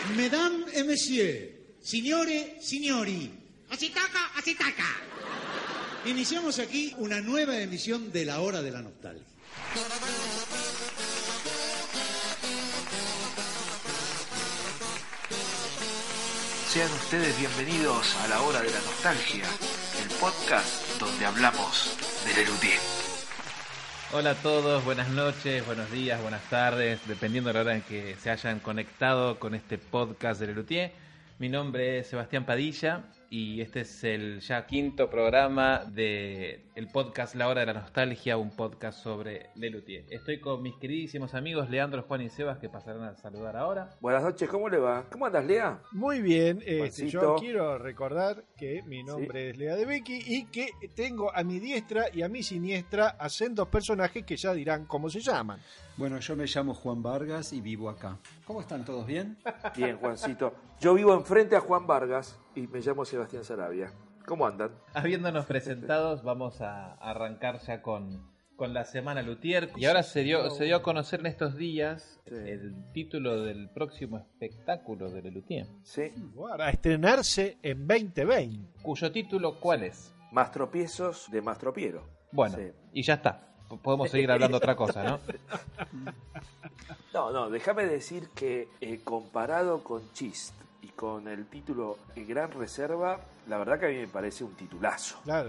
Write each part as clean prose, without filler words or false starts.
Mesdames et messieurs, signore, signori, asitaca, asitaca. Iniciamos aquí una nueva emisión de La Hora de la Nostalgia. Sean ustedes bienvenidos a La Hora de la Nostalgia, el podcast donde hablamos de Lelutier. Hola a todos, buenas noches, buenos días, buenas tardes, dependiendo de la hora en que se hayan conectado con este podcast de Lelutier. Mi nombre es Sebastián Padilla y este es el ya quinto programa de el podcast La Hora de la Nostalgia, un podcast sobre Lelutier. Estoy con mis queridísimos amigos Leandro, Juan y Sebas, que pasarán a saludar ahora. Buenas noches, ¿cómo le va? ¿Cómo andas, Lea? Muy bien, Juancito. yo quiero recordar que mi nombre es Lea de Becky y que tengo a mi diestra y a mi siniestra a sendos personajes que ya dirán cómo se llaman. Bueno, yo me llamo Juan Vargas y vivo acá. ¿Cómo están todos? ¿Bien? Bien, Juancito. Yo vivo enfrente a Juan Vargas y me llamo Sebastián Sarabia. ¿Cómo andan? Habiéndonos presentados, vamos a arrancar ya con la Semana Luthier. Y ahora se dio a conocer en estos días el título del próximo espectáculo de Lelutier. Sí. Para estrenarse en 2020. ¿Cuyo título cuál es? Más tropiezos de Más Tropiero. Bueno, Sí. Y ya está. Podemos seguir hablando otra cosa, ¿no? No, déjame decir que comparado con Chist y con el título Gran Reserva, la verdad que a mí me parece un titulazo. Claro.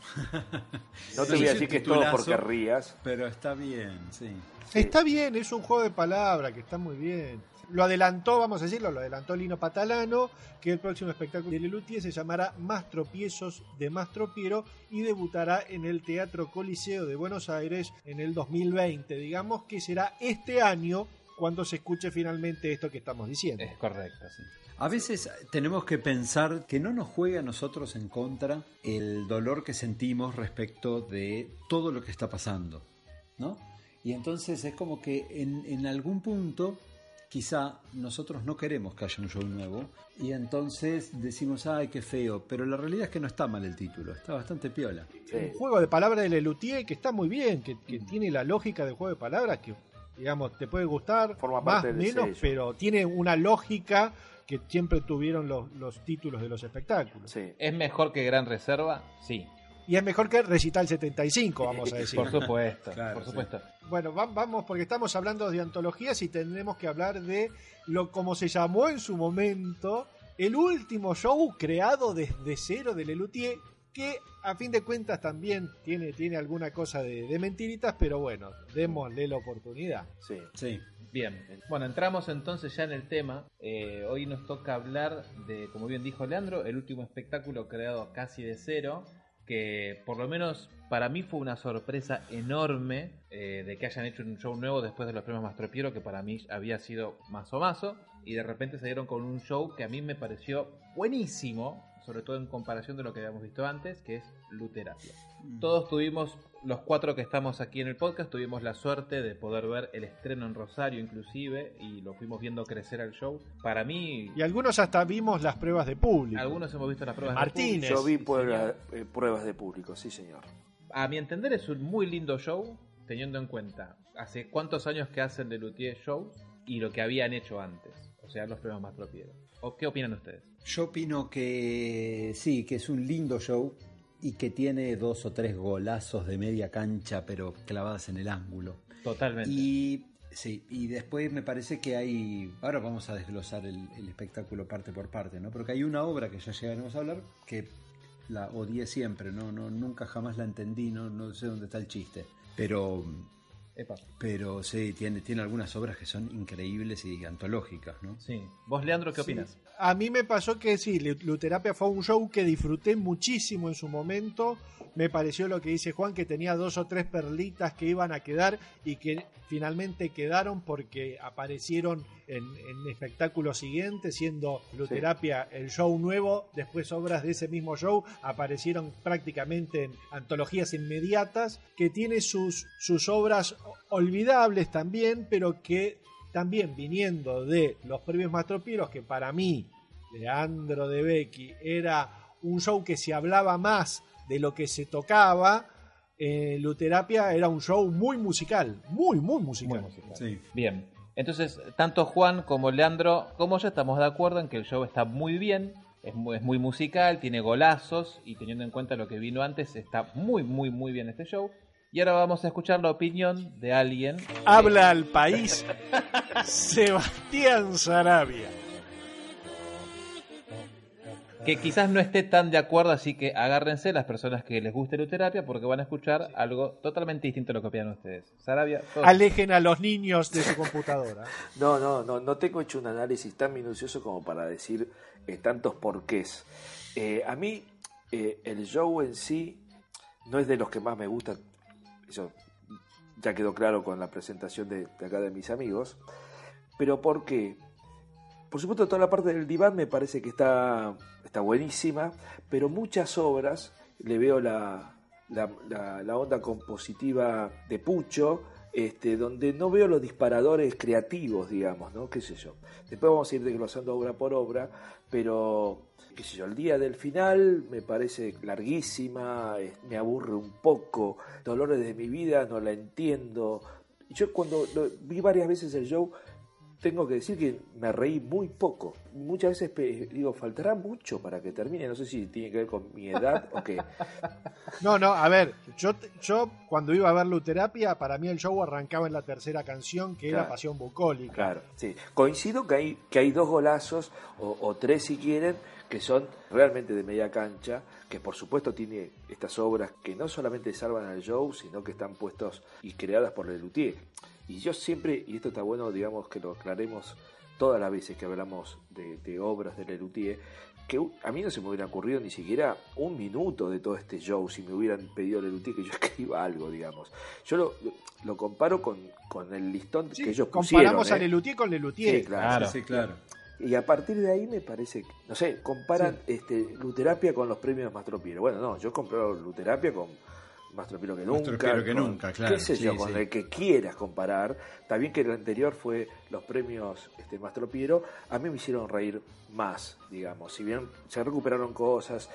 No te voy a decir que es todo porque rías. Pero está bien, sí. Sí. Está bien, es un juego de palabras que está muy bien. Lo adelantó, vamos a decirlo, lo adelantó Lino Patalano, que el próximo espectáculo de Lelutier se llamará Más tropiezos de Más Tropiero y debutará en el Teatro Coliseo de Buenos Aires en el 2020. Digamos que será este año cuando se escuche finalmente esto que estamos diciendo. Es correcto, sí. A veces tenemos que pensar que no nos juegue a nosotros en contra el dolor que sentimos respecto de todo lo que está pasando, ¿no? Y entonces es como que en algún punto quizá nosotros no queremos que haya un show nuevo y entonces decimos, ay, qué feo, pero la realidad es que no está mal el título, está bastante piola. Sí. Un juego de palabras de Lelutier que está muy bien, que tiene la lógica del juego de palabras que, digamos, te puede gustar, Forma más parte o del menos, sello. pero tiene una lógica que siempre tuvieron los títulos de los espectáculos. Sí. ¿Es mejor que Gran Reserva? Sí, Y es mejor que Recital 75, vamos a decir. por supuesto, Claro, por supuesto. Bueno, vamos porque estamos hablando de antologías y tenemos que hablar de lo como se llamó en su momento el último show creado desde cero de Lelutier, que a fin de cuentas también tiene alguna cosa de mentiritas, pero bueno, démosle la oportunidad. Sí. Sí. Bien, bueno, entramos entonces ya en el tema. Hoy nos toca hablar de, como bien dijo Leandro, el último espectáculo creado casi de cero, que por lo menos para mí fue una sorpresa enorme de que hayan hecho un show nuevo después de los premios Mastropiero, que para mí había sido más o mazo, y de repente se dieron con un show que a mí me pareció buenísimo, sobre todo en comparación de lo que habíamos visto antes, que es Luterapia. Todos tuvimos, los cuatro que estamos aquí en el podcast, tuvimos la suerte de poder ver el estreno en Rosario inclusive, y lo fuimos viendo crecer al show. Para mí, Y algunos hasta vimos las pruebas de público. algunos hemos visto las pruebas de Martínez. Yo vi Sí, señor. pruebas de público, sí, señor. A mi entender es un muy lindo show, teniendo en cuenta hace cuántos años que hacen de Luthier shows y lo que habían hecho antes, o sea, los premios Mastropiero. ¿O qué opinan ustedes? Yo opino que sí, que es un lindo show y que tiene 2 o 3 golazos de media cancha, pero clavadas en el ángulo. Totalmente. Y sí, y después me parece que hay, ahora vamos a desglosar el espectáculo parte por parte, ¿no? Porque hay una obra que ya llegaremos a hablar que la odié siempre, nunca jamás la entendí, no sé dónde está el chiste, pero Epa. sí, tiene algunas obras que son increíbles y antológicas, ¿no? Sí. ¿Vos, Leandro, qué opinas? A mí me pasó que sí, Luterapia fue un show que disfruté muchísimo en su momento. Me pareció lo que dice Juan, que tenía 2 o 3 perlitas que iban a quedar y que finalmente quedaron porque aparecieron en espectáculos siguientes, siendo Luterapia el show nuevo. Después obras de ese mismo show aparecieron prácticamente en antologías inmediatas, que tiene sus obras olvidables también, pero que también viniendo de los premios Mastropieros, que para mí, Leandro de Becky, era un show que se hablaba más de lo que se tocaba, Luterapia era un show muy musical, muy musical. Sí. Bien. Entonces, tanto Juan como Leandro, como yo, estamos de acuerdo en que el show está muy bien, es muy musical, tiene golazos, y teniendo en cuenta lo que vino antes, está muy bien este show. Y ahora vamos a escuchar la opinión de alguien. Habla al país Sebastián Sarabia. Que quizás no esté tan de acuerdo, así que agárrense las personas que les guste Luterapia, porque van a escuchar algo totalmente distinto a lo que opinan ustedes. Sarabia, alejen a los niños de su computadora. No tengo hecho un análisis tan minucioso como para decir tantos porqués. A mí el show en sí no es de los que más me gustan. Eso ya quedó claro con la presentación de acá de mis amigos. Pero ¿por qué? Por supuesto, toda la parte del diván me parece que está buenísima, pero muchas obras le veo la onda compositiva de Pucho, donde no veo los disparadores creativos, digamos, ¿no? Qué sé yo. Después vamos a ir desglosando obra por obra, pero qué sé yo, el día del final me parece larguísima, me aburre un poco, Dolores de mi vida no la entiendo. Yo cuando vi varias veces el show, tengo que decir que me reí muy poco. Muchas veces digo, faltará mucho para que termine. No sé si tiene que ver con mi edad o qué. No, a ver, yo cuando iba a ver Luterapia, para mí el show arrancaba en la tercera canción, que era Pasión Bucólica. Claro, sí. Coincido que hay dos golazos, o tres si quieren, que son realmente de media cancha, que por supuesto tiene estas obras que no solamente salvan al show, sino que están puestos y creadas por Lelutier. Y yo siempre, y esto está bueno, digamos, que lo aclaremos todas las veces que hablamos de obras de Lelutier, que a mí no se me hubiera ocurrido ni siquiera un minuto de todo este show si me hubieran pedido Lelutier que yo escriba algo, digamos. Yo lo comparo con el listón que ellos pusieron. Comparamos a Lelutier con Lelutier. Sí, claro. Sí, claro. Y a partir de ahí me parece, no sé, comparan Luterapia con los premios Mastropiero. Bueno, no, yo comparo Luterapia con Mastropiero que nunca, claro. Qué sé yo, con el que quieras comparar. Está bien que el anterior fue los premios Mastropiero, a mí me hicieron reír más, digamos. Si bien se recuperaron cosas,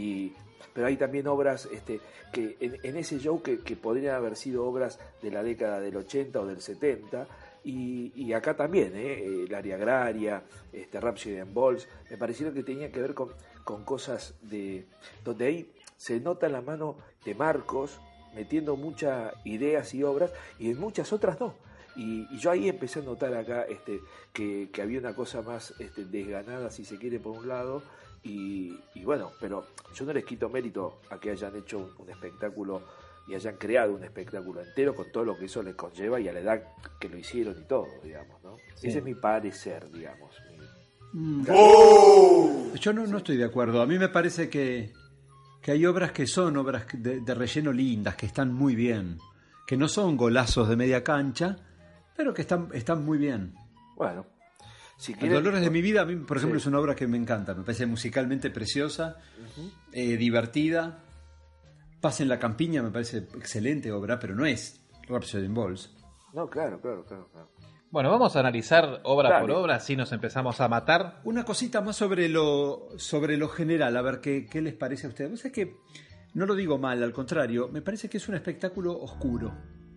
pero hay también obras que en ese show que podrían haber sido obras de la década del 80 o del 70. Y acá también, el área agraria, Rhapsody and Balls, me parecieron que tenía que ver con cosas donde ahí se nota la mano de Marcos metiendo muchas ideas y obras, y en muchas otras no. Y yo ahí empecé a notar acá que había una cosa más desganada, si se quiere, por un lado, y bueno, pero yo no les quito mérito a que hayan hecho un espectáculo y hayan creado un espectáculo entero con todo lo que eso les conlleva y a la edad que lo hicieron y todo, digamos, ¿no? Sí. Ese es mi parecer, digamos. Yo no estoy de acuerdo. A mí me parece que hay obras que son obras de relleno lindas, que están muy bien, que no son golazos de media cancha, pero que están muy bien. Bueno, si quieren, Dolores de mi vida, a mí, por ejemplo, es una obra que me encanta, me parece musicalmente preciosa, divertida. Paz en la campiña me parece excelente obra, pero no es Rhapsody in Balls. No, claro. Bueno, vamos a analizar obra por obra, así nos empezamos a matar. Una cosita más sobre lo general, a ver qué les parece a ustedes. Es que no lo digo mal, al contrario, me parece que es un espectáculo oscuro.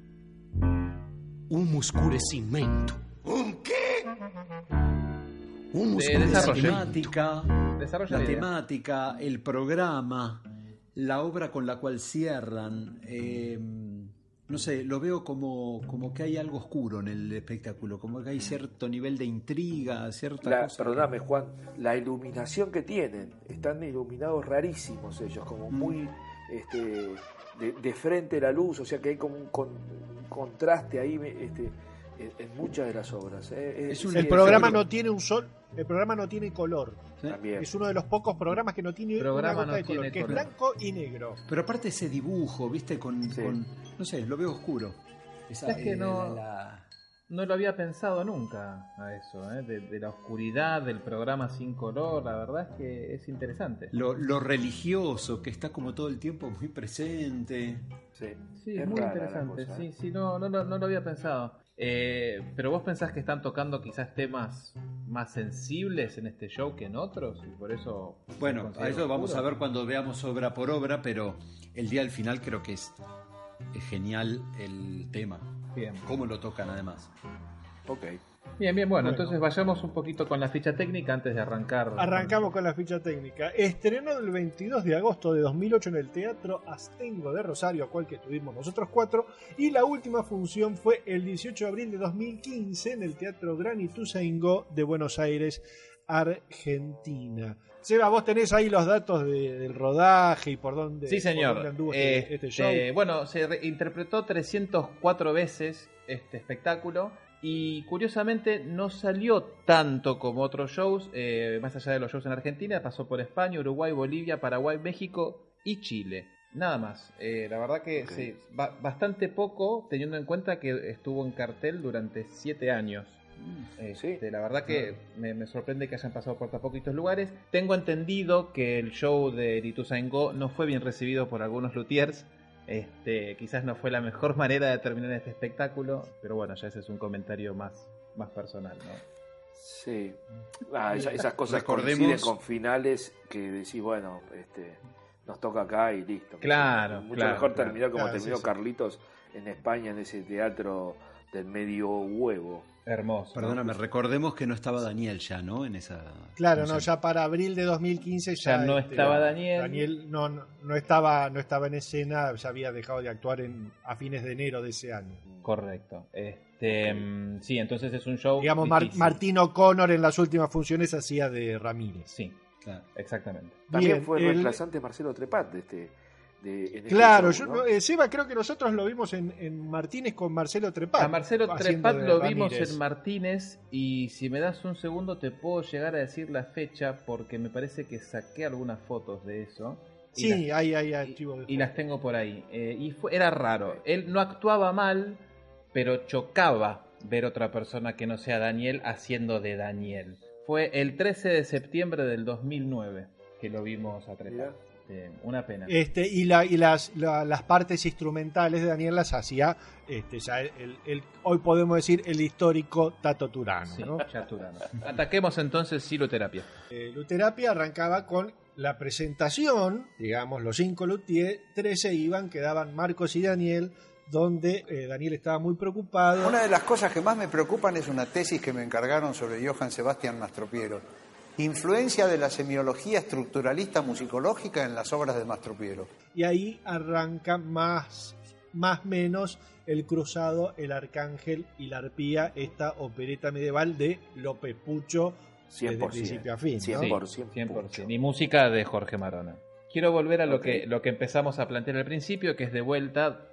Un oscurecimiento. ¿Un qué? Un Desarrollo. La temática, el programa, la obra con la cual cierran, no sé, lo veo como que hay algo oscuro en el espectáculo, como que hay cierto nivel de intriga, cierta cosa. Perdóname, Juan, la iluminación que tienen, están iluminados rarísimos ellos, como muy de frente la luz, o sea que hay como un contraste ahí en muchas de las obras. El programa no tiene el programa no tiene color. ¿Sí? Es uno de los pocos programas que no tiene una gota de color, que es blanco y negro. Pero aparte ese dibujo, ¿viste? Con no sé, lo veo oscuro. Es que no lo había pensado nunca a eso, de la oscuridad del programa sin color. La verdad es que es interesante. Lo religioso, que está como todo el tiempo muy presente. Sí, es muy interesante. Sí, no lo había pensado. Pero vos pensás que están tocando quizás temas más sensibles en este show que en otros, y por eso... Bueno, a eso vamos a ver cuando veamos obra por obra, pero el día del final creo que es genial el tema. Bien. Cómo lo tocan además. Ok. Bien, bueno, entonces vayamos un poquito con la ficha técnica antes de arrancar. Arrancamos con la ficha técnica. Estrenó el 22 de agosto de 2008 en el Teatro Astengo de Rosario, a cual que estuvimos nosotros 4, y la última función fue el 18 de abril de 2015 en el Teatro Gran Ituzaingó de Buenos Aires, Argentina. Seba, vos tenés ahí los datos del rodaje y por dónde, sí, señor. Por dónde anduvo este show. Bueno, se interpretó 304 veces este espectáculo. Y curiosamente no salió tanto como otros shows, más allá de los shows en Argentina, pasó por España, Uruguay, Bolivia, Paraguay, México y Chile. Nada más. La verdad que sí, bastante poco, teniendo en cuenta que estuvo en cartel durante 7 años. Sí. La verdad que me sorprende que hayan pasado por tan poquitos lugares. Tengo entendido que el show de Ituzaingó no fue bien recibido por algunos luthiers. Quizás no fue la mejor manera de terminar este espectáculo, pero bueno, ya ese es un comentario más personal, ¿no? Sí. Esas cosas Recordemos... coinciden con finales que decís, bueno, nos toca acá y listo. Claro. Mucho mejor terminar como Claro, terminó sí. Carlitos en España, en ese teatro del medio huevo. Hermoso. Perdóname, recordemos que no estaba Daniel ya, ¿no? En esa. Claro, función. no, ya para abril de 2015 Ya no estaba Daniel. Daniel no estaba en escena, ya había dejado de actuar a fines de enero de ese año. Correcto. Sí, entonces es un show. Digamos, difícil. Martín O'Connor en las últimas funciones hacía de Ramírez. Sí, Claro. exactamente. También Bien, fue reemplazante Marcelo Trepat en este Claro, show, ¿no? Seba, creo que nosotros lo vimos en Martínez con Marcelo Trepat. A Marcelo haciendo Trepat de lo vimos Ramírez. en Martínez, y si me das un segundo te puedo llegar a decir la fecha, porque me parece que saqué algunas fotos de eso. Sí, hay archivos de Y las tengo por ahí. Era raro. Él no actuaba mal, pero chocaba ver otra persona que no sea Daniel haciendo de Daniel. Fue el 13 de septiembre del 2009 que lo vimos a Trepat. Una pena. Y las partes instrumentales de Daniel las hacía ya hoy podemos decir el histórico Tato Turano, Sí, ¿no? ya Turano. Ataquemos entonces Siloterapia. Luterapia arrancaba con la presentación, digamos, los 5 luthiers, 3 se iban, quedaban Marcos y Daniel, donde Daniel estaba muy preocupado. Una de las cosas que más me preocupan es una tesis que me encargaron sobre Johann Sebastian Mastropiero. Influencia de la semiología estructuralista musicológica en las obras de Mastropiero. Y ahí arranca más menos el Cruzado, el Arcángel y la Arpía, esta opereta medieval de López Pucho, desde 100%, principio a fin, ¿no? 100%. 100%. Y música de Jorge Marona. Quiero volver a lo que empezamos a plantear al principio, que es de vuelta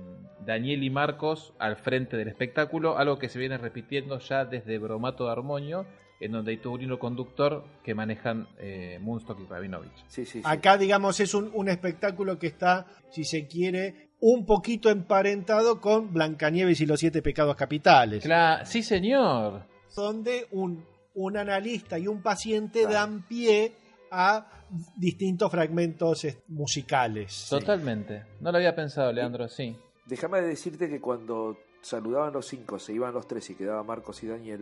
Daniel y Marcos al frente del espectáculo, algo que se viene repitiendo ya desde Bromato de Armonio, en donde hay todo un hilo conductor que manejan Moonstock y Rabinovich. Sí. Acá, digamos, es un espectáculo que está, si se quiere, un poquito emparentado con Blancanieves y los 7 pecados capitales. Sí, señor. Donde un analista y un paciente dan pie a distintos fragmentos musicales. Totalmente. No lo había pensado, Leandro, sí. Déjame decirte que cuando saludaban los 5, se iban los 3 y quedaba Marcos y Daniel,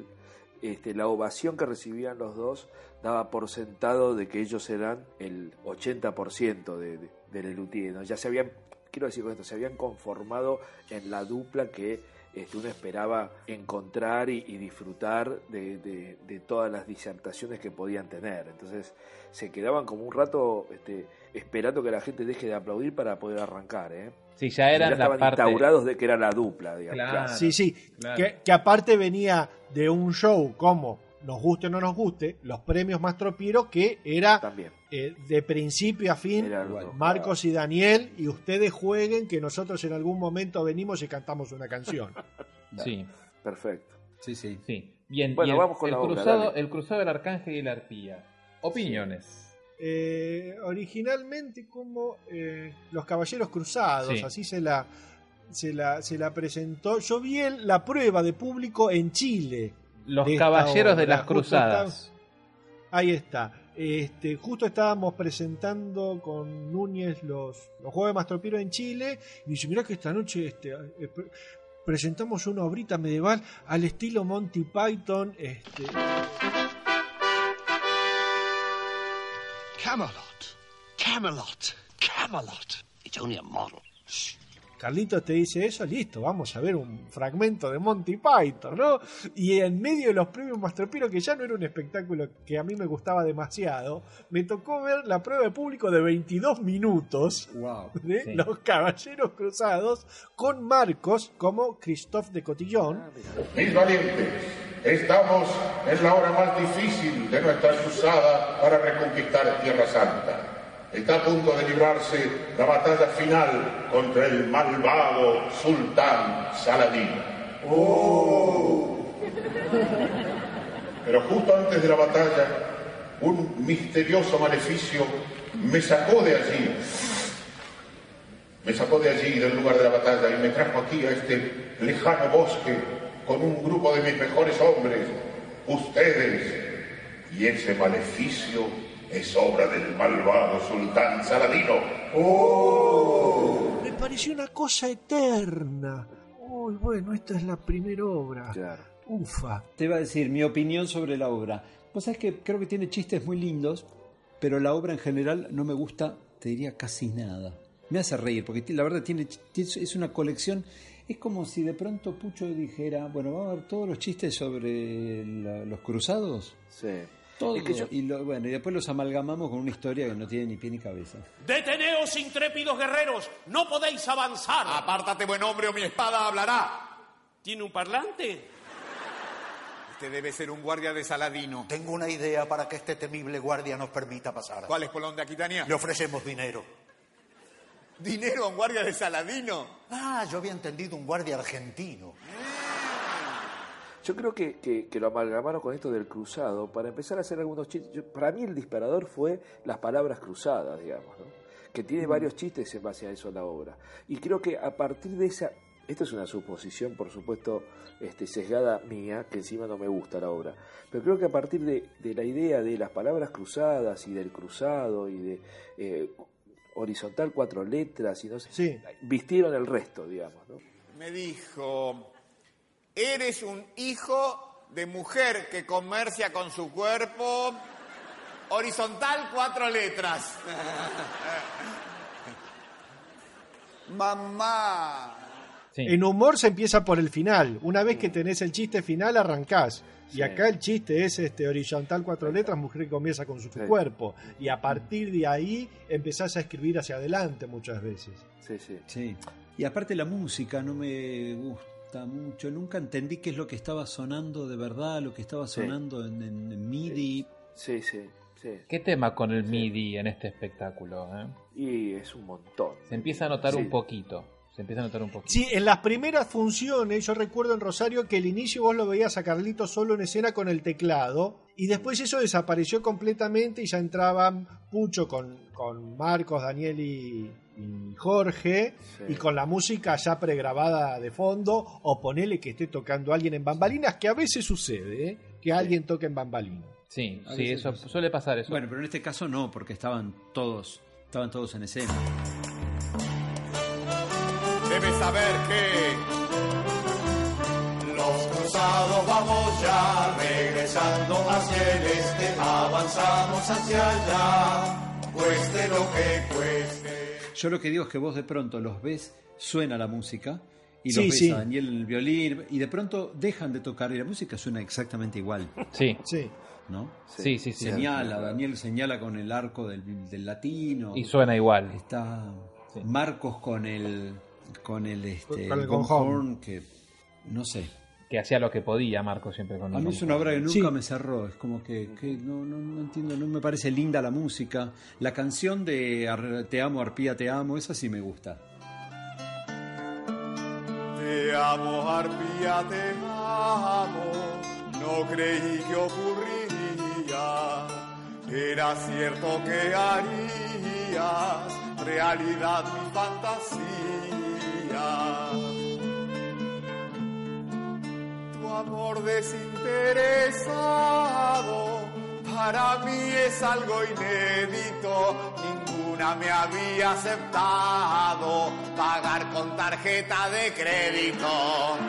la ovación que recibían los dos daba por sentado de que ellos eran el 80% del luthier, ¿no? Ya se habían, quiero decir con esto, se habían conformado en la dupla que uno esperaba encontrar y disfrutar de todas las disertaciones que podían tener. Entonces se quedaban como un rato esperando que la gente deje de aplaudir para poder arrancar, Sí, ya eran estaban la parte... instaurados de que era la dupla, digamos. Claro. Sí, Claro. que aparte venía de un show como nos guste o no nos guste, los premios Mastropiero, que era También. de principio a fin, Era los dos. Marcos y Daniel, y ustedes jueguen que nosotros en algún momento venimos y cantamos una canción. Sí, Perfecto. Sí. sí. Bien, Bueno, y vamos con la obra, dale. el cruzado del Arcángel y la Arpía. Opiniones. Originalmente como Los Caballeros Cruzados, Sí. así se la presentó. Yo vi la prueba de público en Chile. Los de esta Caballeros de obra. las Cruzadas. Ahí está. Justo estábamos presentando con Núñez los Juegos de Mastropiero en Chile, y dice, mirá que esta noche presentamos una obrita medieval al estilo Monty Python. Camelot. Camelot. Camelot. It's only a model. Shh. Carlitos te dice eso, listo, vamos a ver un fragmento de Monty Python, ¿no? Y en medio de los premios Mastropiero, que ya no era un espectáculo que a mí me gustaba demasiado, me tocó ver la prueba de público de 22 minutos de Los Caballeros Cruzados con Marcos como Christophe de Cotillon. Mis valientes, estamos en la hora más difícil de nuestra cruzada para reconquistar Tierra Santa. Está a punto de librarse la batalla final contra el malvado sultán Saladino. Pero justo antes de la batalla, un misterioso maleficio me sacó de allí. Me sacó de allí, del lugar de la batalla, y me trajo aquí a este lejano bosque con un grupo de mis mejores hombres, ustedes. Y ese maleficio es obra del malvado sultán Saladino. Me pareció una cosa eterna. Uy, bueno, esta es la primera obra. Claro. Ufa. Te iba a decir mi opinión sobre la obra. Vos sabés que creo que tiene chistes muy lindos, pero la obra en general no me gusta, te diría casi nada. Me hace reír, porque la verdad es una colección. Es como si de pronto Pucho dijera, bueno, vamos a ver todos los chistes sobre los cruzados. Sí. Todo. Es que Y después los amalgamamos con una historia que no tiene ni pie ni cabeza. ¡Deteneos, intrépidos guerreros! ¡No podéis avanzar! Apártate, buen hombre, o mi espada hablará. ¿Tiene un parlante? Este debe ser un guardia de Saladino. Tengo una idea para que este temible guardia nos permita pasar. ¿Cuál es, Polón de Aquitania? Le ofrecemos dinero. ¿Dinero a un guardia de Saladino? Ah, yo había entendido un guardia argentino. Yo creo que lo amalgamaron con esto del cruzado para empezar a hacer algunos chistes. Para mí el disparador fue las palabras cruzadas, digamos, ¿no? Que tiene varios chistes en base a eso la obra. Y creo que a partir de esa... Esto es una suposición, por supuesto, sesgada mía, que encima no me gusta la obra. Pero creo que a partir de la idea de las palabras cruzadas y del cruzado y de horizontal 4 letras y no sé, sí, vistieron el resto, digamos, ¿no? Me dijo... Eres un hijo de mujer que comercia con su cuerpo. Horizontal 4 letras. Mamá. Sí. En humor se empieza por el final. Una vez que tenés el chiste final, arrancás. Y acá el chiste es horizontal 4 letras, mujer que comienza con su cuerpo. Y a partir de ahí empezás a escribir hacia adelante muchas veces. Sí. Y aparte la música no me gusta mucho, nunca entendí qué es lo que estaba sonando de verdad, lo que estaba sonando en MIDI. Sí. ¿Qué tema con el MIDI en este espectáculo? Y es un montón. Se empieza a notar un poquito. Sí, en las primeras funciones, yo recuerdo en Rosario que el inicio vos lo veías a Carlitos solo en escena con el teclado, y después eso desapareció completamente y ya entraban Pucho con Marcos, Daniel y Jorge, y con la música ya pregrabada de fondo, o ponele que esté tocando alguien en bambalinas, que a veces sucede, que alguien toque en bambalinas. Sí, eso suele pasar eso. Bueno, pero en este caso no, porque estaban todos en escena. Debes saber que los cruzados vamos ya, regresando hacia el este, avanzamos hacia allá, cueste lo que cueste. Yo lo que digo es que vos de pronto los ves, suena la música, y los ves a Daniel en el violín, y de pronto dejan de tocar y la música suena exactamente igual. Sí. ¿No? Sí. Daniel señala con el arco del latino. Y suena igual. Está Marcos con el Horn, que no sé. Que hacía lo que podía Marcos siempre con el A mí es una obra que nunca me cerró, es como que no entiendo, no me parece linda la música. La canción de Te amo, Arpía, te amo, esa sí me gusta. Te amo, Arpía, te amo, no creí que ocurriría, era cierto que harías realidad mi fantasía. Tu amor desinteresado para mí es algo inédito, ninguna me había aceptado pagar con tarjeta de crédito.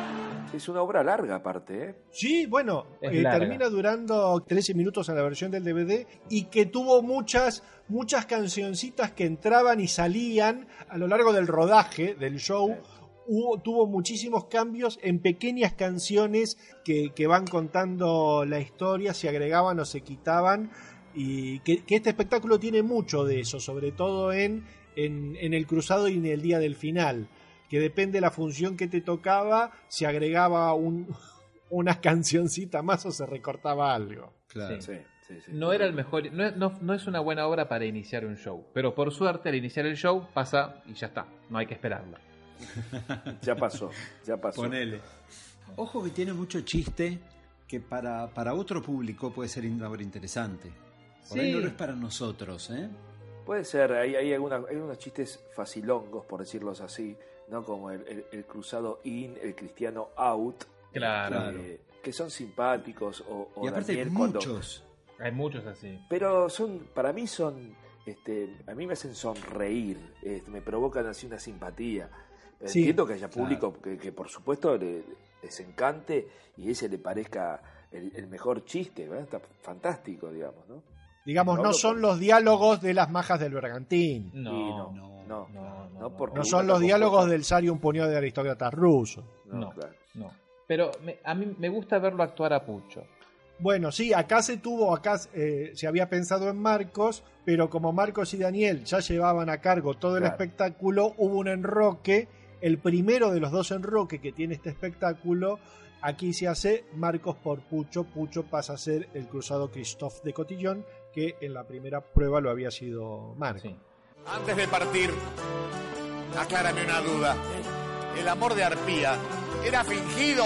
Es una obra larga aparte, ¿eh? Sí, bueno, Es larga. termina durando 13 minutos en la versión del DVD y que tuvo muchas cancioncitas que entraban y salían a lo largo del rodaje del show. Tuvo muchísimos cambios en pequeñas canciones que van contando la historia, se agregaban o se quitaban, y que este espectáculo tiene mucho de eso, sobre todo en el cruzado y en el día del final, que depende de la función que te tocaba, se agregaba una cancioncita más o se recortaba algo. Claro. Sí. No era el mejor, no es una buena obra para iniciar un show, pero por suerte al iniciar el show pasa y ya está, no hay que esperarlo. Ya pasó. Ponele. Ojo que tiene mucho chiste que para otro público puede ser una obra interesante. Por ahí no lo es para nosotros, ¿eh? Puede ser, hay unos chistes facilongos, por decirlos así, ¿no? Como el cruzado in, el cristiano out. Claro. Que son simpáticos. Y aparte Daniel hay muchos. Hay muchos así. Pero para mí a mí me hacen sonreír, me provocan así una simpatía. Sí, entiendo que haya público que por supuesto les encante y ese le parezca el mejor chiste, ¿verdad? Está fantástico, digamos, ¿no? Digamos, no son los diálogos de las majas del Bergantín. No, porque No son los diálogos del zar y un puñado de aristócratas rusos. No. Claro. Pero a mí me gusta verlo actuar a Pucho. Bueno, sí, acá se había pensado en Marcos, pero como Marcos y Daniel ya llevaban a cargo todo el espectáculo, hubo un enroque, el primero de los dos enroques que tiene este espectáculo. Aquí se hace Marcos por Pucho. Pucho pasa a ser el cruzado Christophe de Cotillón, que en la primera prueba lo había sido Marcos. Sí. Antes de partir, aclárame una duda. ¿El amor de Arpía era fingido?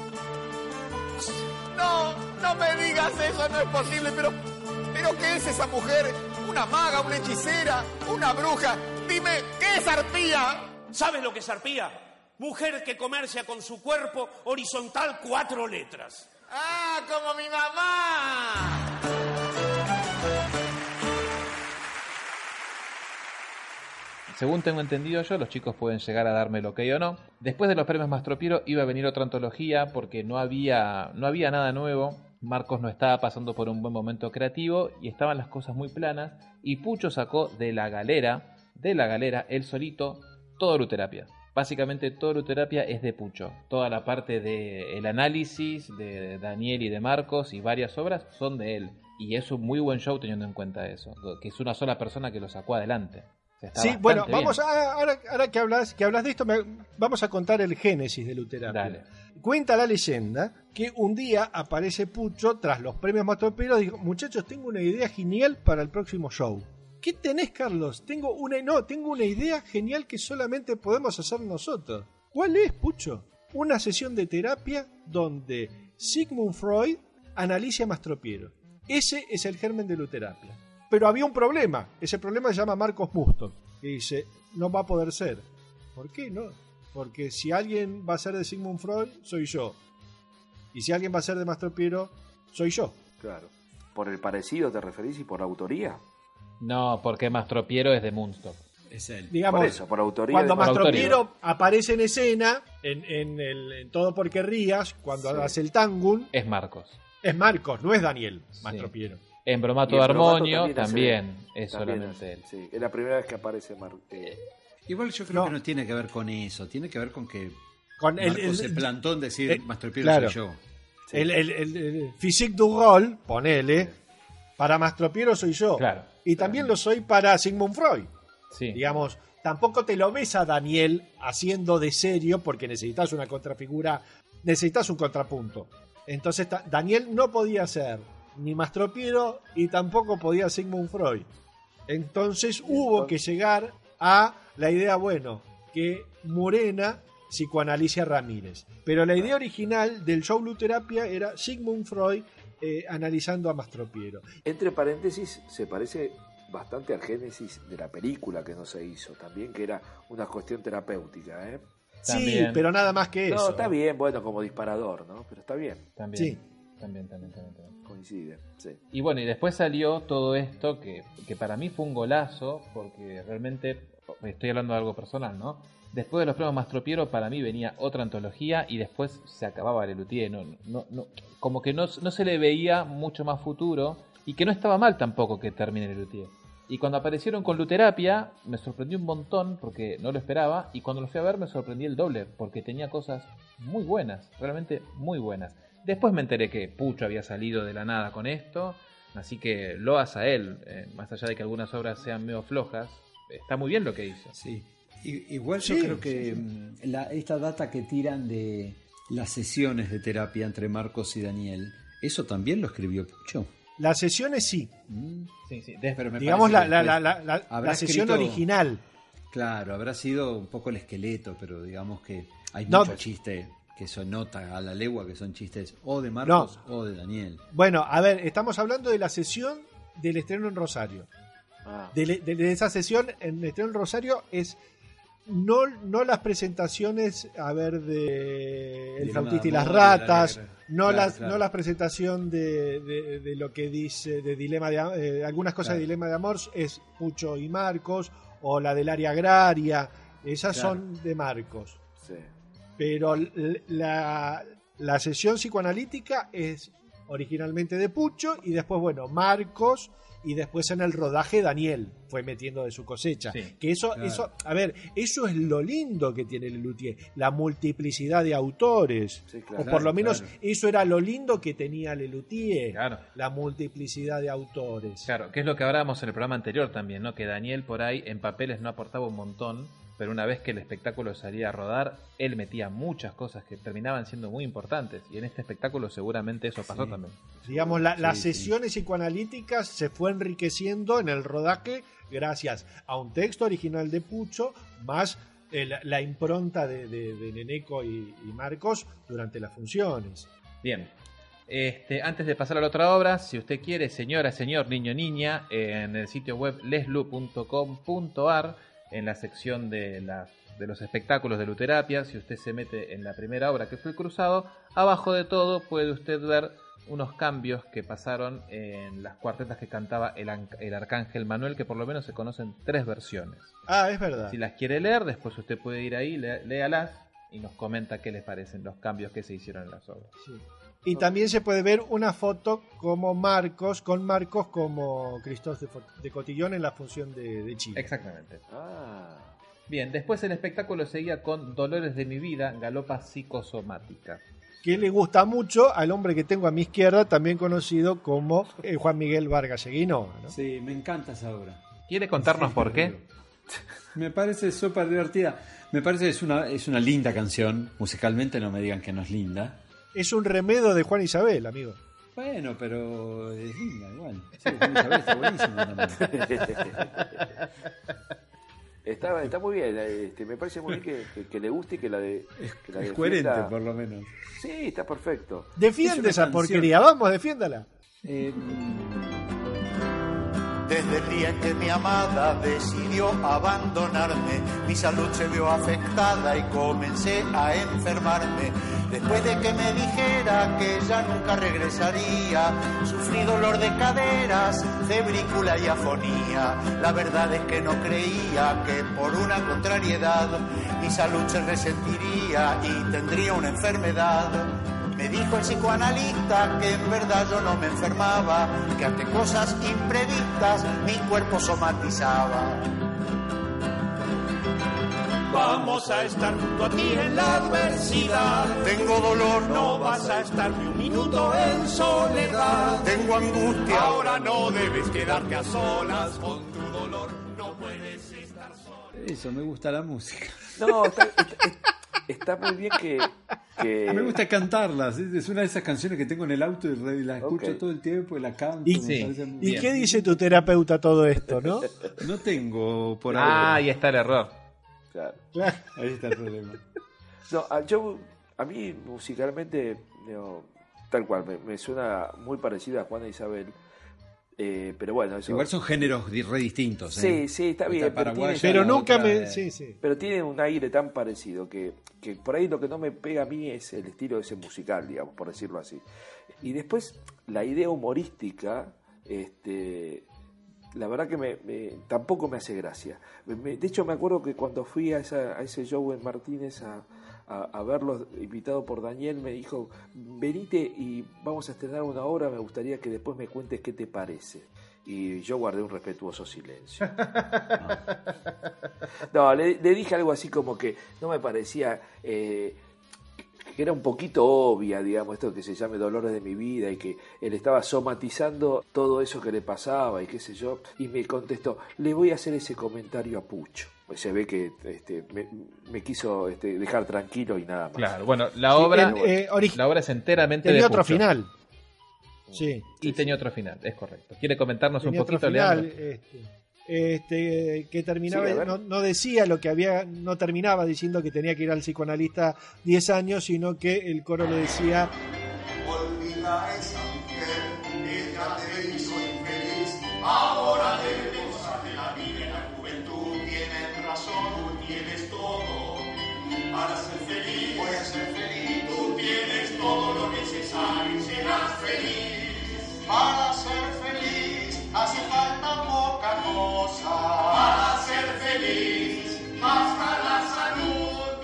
No me digas eso, no es posible, pero ¿qué es esa mujer? ¿Una maga, una hechicera, una bruja? Dime, ¿qué es Arpía? ¿Sabes lo que es arpía? Mujer que comercia con su cuerpo, horizontal 4 letras. ¡Ah, como mi mamá! Según tengo entendido yo, los chicos pueden llegar a darme el ok o no. Después de los premios Mastropiero iba a venir otra antología porque no había nada nuevo. Marcos no estaba pasando por un buen momento creativo y estaban las cosas muy planas. Y Pucho sacó de la galera, él solito, todo Luterapia. Básicamente todo Luterapia es de Pucho. Toda la parte del análisis de Daniel y de Marcos y varias obras son de él. Y es un muy buen show teniendo en cuenta eso, que es una sola persona que lo sacó adelante. Sí, bueno, vamos ahora que hablas de esto, vamos a contar el génesis de Luterapia. Dale. Cuenta la leyenda que un día aparece Pucho tras los premios Mastropiero y dijo: muchachos, tengo una idea genial para el próximo show. ¿Qué tenés, Carlos? Tengo una idea genial que solamente podemos hacer nosotros. ¿Cuál es, Pucho? Una sesión de terapia donde Sigmund Freud analiza a Mastropiero. Ese es el germen de Luterapia. Pero había un problema. Ese problema se llama Marcos Muston. Que dice: no va a poder ser. ¿Por qué no? Porque si alguien va a ser de Sigmund Freud, soy yo. Y si alguien va a ser de Mastropiero, soy yo. Claro. ¿Por el parecido te referís y por la autoría? No, porque Mastropiero es de Munstock. Es él. Digamos, por eso, por autoría. Cuando Mastropiero aparece en escena, en Todo porque rías, cuando hace el Tangun, es Marcos. Es Marcos, no es Daniel Mastropiero. En Bromato de Armonio también es solamente él. Sí, es la primera vez que aparece Igual yo creo que no tiene que ver con eso, tiene que ver con que Marcos se plantó en decir Mastropiero soy yo. Sí. El physique du rôle, ponele, para Mastropiero soy yo. Claro. Y también lo soy para Sigmund Freud. Sí. Digamos, tampoco te lo ves a Daniel haciendo de serio porque necesitas una contrafigura, necesitas un contrapunto. Entonces Daniel no podía ser ni Mastropiero y tampoco podía Sigmund Freud. Entonces hubo que llegar a la idea, que Murena psicoanalice a Ramírez. Pero la idea original del show Luterapia era Sigmund Freud analizando a Mastropiero. Entre paréntesis, se parece bastante al génesis de la película que no se hizo también, que era una cuestión terapéutica, ¿eh? Sí, También. pero nada más que eso. No, está bien, como disparador, ¿no? Pero está bien. También. Sí. También. Coincide, sí. Y bueno, y después salió todo esto que para mí fue un golazo, porque realmente, estoy hablando de algo personal, ¿no? Después de los premios Mastropiero, para mí venía otra antología y después se acababa Lelutier. Como que no se le veía mucho más futuro y que no estaba mal tampoco que termine Lelutier. Y cuando aparecieron con Luterapia me sorprendió un montón porque no lo esperaba, y cuando lo fui a ver me sorprendí el doble porque tenía cosas muy buenas, realmente muy buenas. Después me enteré que Pucho había salido de la nada con esto, así que loas a él, más allá de que algunas obras sean medio flojas, está muy bien lo que hizo. Sí. Igual yo creo que esta data que tiran de las sesiones de terapia entre Marcos y Daniel, ¿eso también lo escribió Pucho? Las sesiones sí. Sí. Pero digamos la sesión original. Claro, habrá sido un poco el esqueleto, pero digamos que hay mucho chiste que se nota a la legua que son chistes o de Marcos o de Daniel. Bueno, a ver, estamos hablando de la sesión del estreno en Rosario. De esa sesión en estreno en Rosario es no las presentaciones, a ver, de El Flautista y las Ratas, no la presentación de lo que dice de Dilema de algunas cosas de Dilema de Amor es Pucho y Marcos, o la del área agraria, esas son de Marcos. Sí. Pero la sesión psicoanalítica es originalmente de Pucho y después, bueno, Marcos, y después en el rodaje Daniel fue metiendo de su cosecha. Sí, que eso, a ver, eso es lo lindo que tiene Lelutier, la multiplicidad de autores. Sí, claro. O por lo menos eso era lo lindo que tenía Lelutier, Claro. la multiplicidad de autores. Claro, que es lo que hablábamos en el programa anterior también, ¿no? Que Daniel por ahí en papeles no aportaba un montón, pero una vez que el espectáculo salía a rodar, él metía muchas cosas que terminaban siendo muy importantes, y en este espectáculo seguramente eso pasó también. Digamos, las sesiones psicoanalíticas se fue enriqueciendo en el rodaje gracias a un texto original de Pucho, más la impronta de Neneco y Marcos durante las funciones. Bien. Antes de pasar a la otra obra, si usted quiere, señora, señor, niño, niña, en el sitio web leslu.com.ar, en la sección de los espectáculos de Luterapia, si usted se mete en la primera obra, que fue El Cruzado, abajo de todo puede usted ver unos cambios que pasaron en las cuartetas que cantaba el Arcángel Manuel, que por lo menos se conocen 3 versiones. Ah, es verdad. Si las quiere leer, después usted puede ir ahí, léalas y nos comenta qué les parecen los cambios que se hicieron en las obras. Sí. Y también se puede ver una foto con Marcos como Christophe de Cotillón en la función de Chile. Exactamente. Bien, después el espectáculo seguía con Dolores de mi vida, galopa psicosomática. Que le gusta mucho al hombre que tengo a mi izquierda, también conocido como Juan Miguel Vargas Lleguino, ¿no? Sí, me encanta esa obra. ¿Quiere contarnos por qué? Me parece súper divertida. Me parece que es una linda canción. Musicalmente no me digan que no es linda. Es un remedo de Juan Isabel, amigo. Bueno, pero es linda igual. Sí, Juan Isabel está buenísimo también. Está muy bien, me parece muy bien que le guste y que la Es coherente, defienda. por lo menos. Sí, está perfecto. Defiende esa porquería, vamos, defiéndala. Desde el día en que mi amada decidió abandonarme, mi salud se vio afectada y comencé a enfermarme. Después de que me dijera que ya nunca regresaría, sufrí dolor de caderas, febrícula y afonía. La verdad es que no creía que por una contrariedad mi salud se resentiría y tendría una enfermedad. Me dijo el psicoanalista que en verdad yo no me enfermaba, que ante cosas imprevistas mi cuerpo somatizaba. Vamos a estar junto a ti en la adversidad. Tengo dolor, No vas a estar ni un minuto en soledad. tengo angustia. Ahora no debes quedarte a solas con tu dolor. No puedes estar solo. Eso, me gusta la música. No, está muy bien que... Me gusta cantarlas. Es una de esas canciones que tengo en el auto y la escucho todo el tiempo y la canto. ¿Y qué dice tu terapeuta todo esto, no? No tengo por ahí. Ahí está el error. Claro. Ahí está el problema. No, a mí musicalmente, tal cual, me suena muy parecida a Juana Isabel. Pero bueno, eso... Igual son géneros re distintos. Sí, está bien. Pero nunca me... Sí. Pero tiene un aire tan parecido que por ahí lo que no me pega a mí es el estilo ese musical, digamos, por decirlo así. Y después, la idea humorística la verdad que tampoco me hace gracia. De hecho, me acuerdo que cuando fui a ese show en Martínez a verlo, invitado por Daniel, me dijo, venite y vamos a estrenar una obra, me gustaría que después me cuentes qué te parece. Y yo guardé un respetuoso silencio. No, le dije algo así como que no me parecía... que era un poquito obvia, digamos, esto que se llame Dolores de mi vida, y que él estaba somatizando todo eso que le pasaba y qué sé yo, y me contestó, le voy a hacer ese comentario a Pucho. Pues se ve que me quiso dejar tranquilo y nada más. Claro, bueno, la obra es enteramente tenía de otro Pucho. final. Sí. Y tenía otro final, es correcto. ¿Quiere comentarnos Tenía un poquito, otro final, Leandro? Que terminaba, Sí, a ver. no decía lo que había, no terminaba diciendo que tenía que ir al psicoanalista 10 años, sino que el coro le decía: Olvida a esa mujer, ella te hizo infeliz. Ahora debes gozar de la vida y la juventud. Tienes razón, tú tienes todo para ser feliz. Voy a ser feliz. Tú tienes todo lo necesario y serás feliz. Para ser feliz hace falta poca cosa. Para ser feliz basta la salud.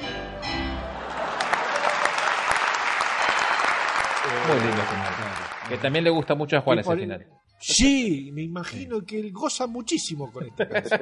Muy lindo final. Que también le gusta mucho a Juan ese final. Sí, me imagino que él goza muchísimo con esta canción.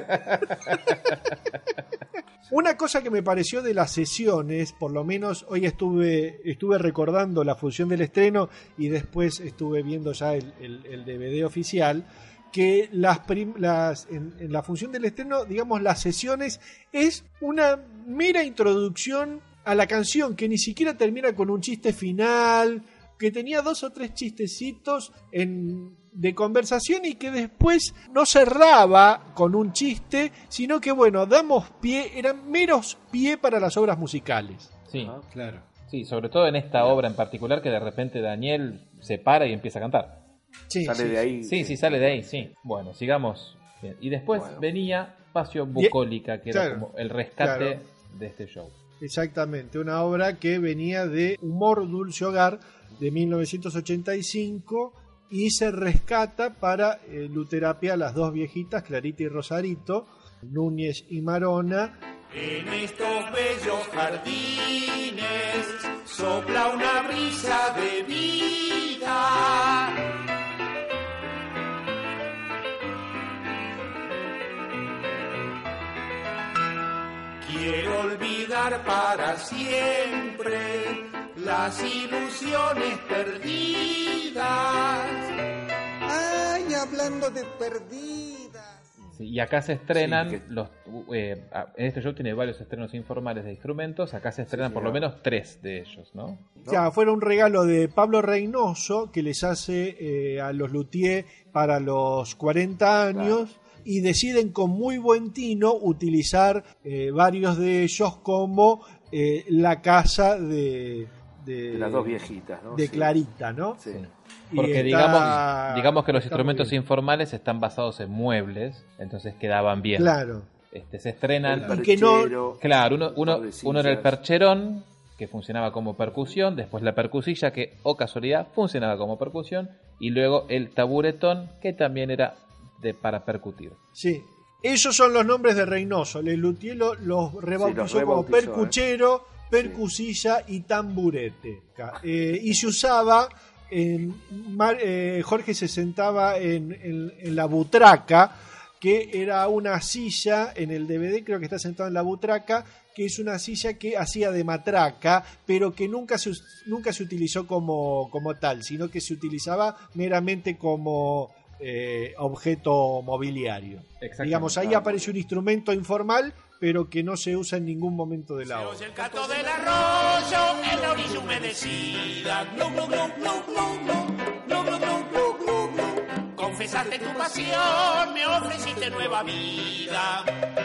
Una cosa que me pareció de las sesiones, por lo menos hoy estuve recordando la función del estreno y después estuve viendo ya el DVD oficial, que en la función del estreno, digamos, las sesiones es una mera introducción a la canción que ni siquiera termina con un chiste final, que tenía 2 o 3 chistecitos de conversación y que después no cerraba con un chiste, sino que bueno, damos pie, eran meros pie para las obras musicales. Sí, Claro. sí, sobre todo en esta obra en particular, que de repente Daniel se para y empieza a cantar. Sí, Sale sí, de ahí. Sí, sale de ahí, sí. Bueno, sigamos. Bien. Y después venía Pasio Bucólica, que era claro, como el rescate claro. de este show. Exactamente, una obra que venía de Humor Dulce Hogar de 1985 y se rescata para Luterapia a las dos viejitas, Clarita y Rosarito, Núñez y Marona. En estos bellos jardines sopla una brisa de vida. Quiero olvidar para siempre las ilusiones perdidas. Ay, hablando de perdidas. Sí, y acá se estrenan Sí, en este show tiene varios estrenos informales de instrumentos. Acá se estrenan por lo menos 3 de ellos, ¿no? Ya, fuera un regalo de Pablo Reynoso que les hace a los luthier para los 40 años. Claro. Y deciden con muy buen tino utilizar varios de ellos como la casa de las dos viejitas, ¿no? De Clarita, ¿no? Sí. Porque digamos que los instrumentos informales están basados en muebles, entonces quedaban bien. Claro. Se estrenan. Y que no. Claro, uno era el percherón, que funcionaba como percusión, después la percusilla, que, oh casualidad, funcionaba como percusión, y luego el taburetón, que también era para percutir. Sí, esos son los nombres de Reynoso. El luthier los rebautizó como percuchero, percusilla y tamburete. Y se usaba, Jorge se sentaba en la butraca, que era una silla, en el DVD creo que está sentado en la butraca, que es una silla que hacía de matraca, pero que nunca se utilizó como tal, sino que se utilizaba meramente como objeto mobiliario. Digamos, ahí aparece un instrumento informal, pero que no se usa en ningún momento de la obra. El canto del arroyo en la orilla humedecida. Glu, glu, glu, glu, glu, glu, glu, glu, glu, glu, glu. Confesaste tu pasión, me ofreciste nueva vida.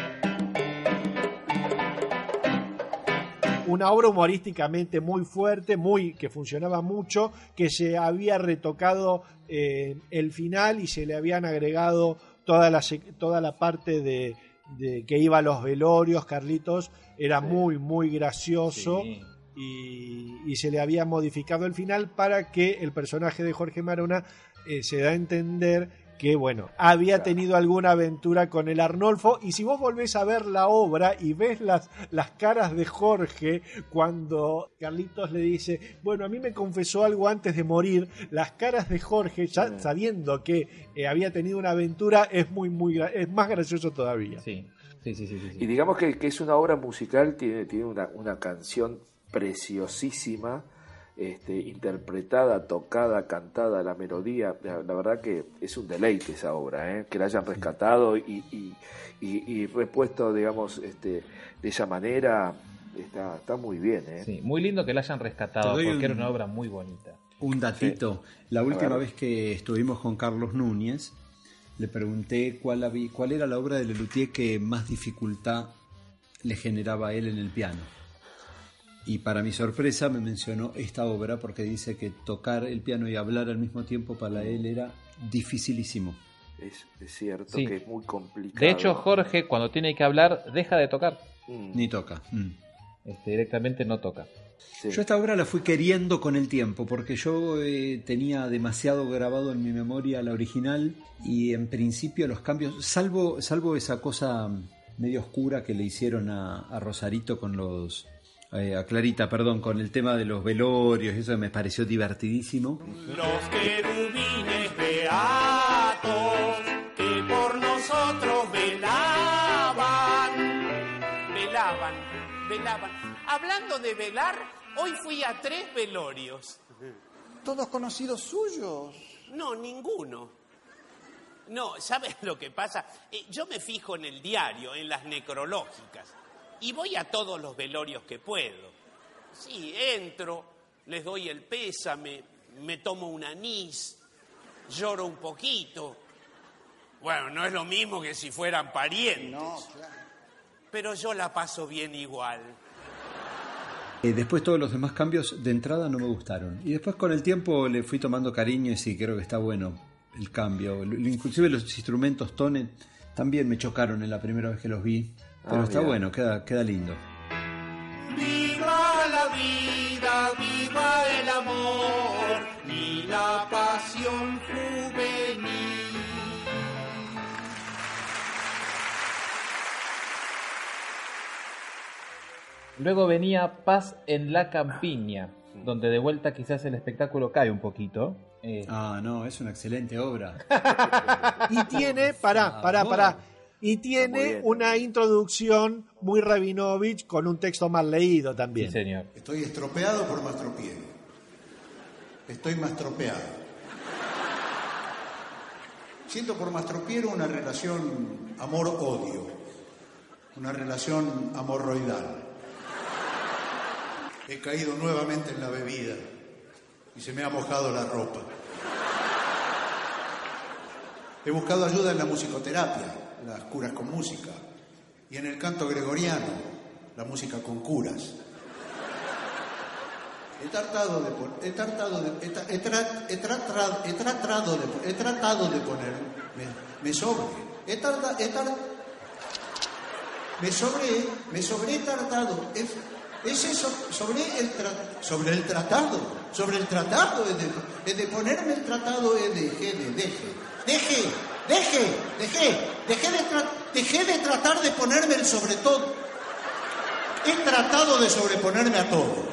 Una obra humorísticamente muy fuerte, que funcionaba mucho, que se había retocado el final y se le habían agregado toda la parte de que iba a los velorios. Carlitos era muy, muy gracioso. Sí. Y se le había modificado el final para que el personaje de Jorge Marona se da a entender que bueno, había tenido alguna aventura con el Arnolfo. Y si vos volvés a ver la obra y ves las caras de Jorge cuando Carlitos le dice, bueno, a mí me confesó algo antes de morir, las caras de Jorge, ya sabiendo que había tenido una aventura, es es más gracioso todavía. Sí. Y digamos que es una obra musical, tiene una canción preciosísima, interpretada, tocada, cantada, la melodía. La verdad que es un deleite esa obra, que la hayan rescatado y repuesto, digamos, de esa manera. Está muy bien. Sí, muy lindo que la hayan rescatado, porque era una obra muy bonita. Un datito. Sí. La última vez que estuvimos con Carlos Núñez, le pregunté cuál era la obra de Lelutier que más dificultad le generaba a él en el piano. Y para mi sorpresa me mencionó esta obra porque dice que tocar el piano y hablar al mismo tiempo para él era dificilísimo. Es cierto que es muy complicado. De hecho, Jorge, cuando tiene que hablar, deja de tocar. Ni toca. Directamente no toca. Sí. Yo esta obra la fui queriendo con el tiempo porque yo tenía demasiado grabado en mi memoria la original y en principio los cambios, salvo esa cosa medio oscura que le hicieron a Rosarito con a Clarita, perdón, con el tema de los velorios, eso me pareció divertidísimo. Los querubines beatos que por nosotros velaban. Hablando de velar, hoy fui a 3 velorios. ¿Todos conocidos suyos? No, ninguno. No, ¿sabes lo que pasa? Yo me fijo en el diario, en las necrológicas, y voy a todos los velorios que puedo. Sí, entro, les doy el pésame, me tomo un anís, lloro un poquito. Bueno, no es lo mismo que si fueran parientes. No, claro. Pero yo la paso bien igual. Después todos los demás cambios de entrada no me gustaron. Y después con el tiempo le fui tomando cariño y sí, creo que está bueno el cambio. Inclusive los instrumentos Tonet también me chocaron en la primera vez que los vi. Pero está bueno, queda lindo. Viva la vida, viva el amor y la pasión juvenil. Luego venía Paz en la Campiña, donde de vuelta quizás el espectáculo cae un poquito. No, es una excelente obra. Y tiene, pará. Y tiene una introducción muy Rabinovich con un texto más leído también. Sí, señor. Estoy estropeado por Mastropiero. Estoy mastropeado. Siento por Mastropiero una relación amor-odio. Una relación amorroidal. He caído nuevamente en la bebida y se me ha mojado la ropa. He buscado ayuda en la musicoterapia, las curas con música, y en el canto gregoriano, la música con curas. He tratado de poner, me sobré tratado. Es eso, sobre el tratado, es de ponerme el tratado, dejé de tratar de ponerme el sobre todo. He tratado de sobreponerme a todo.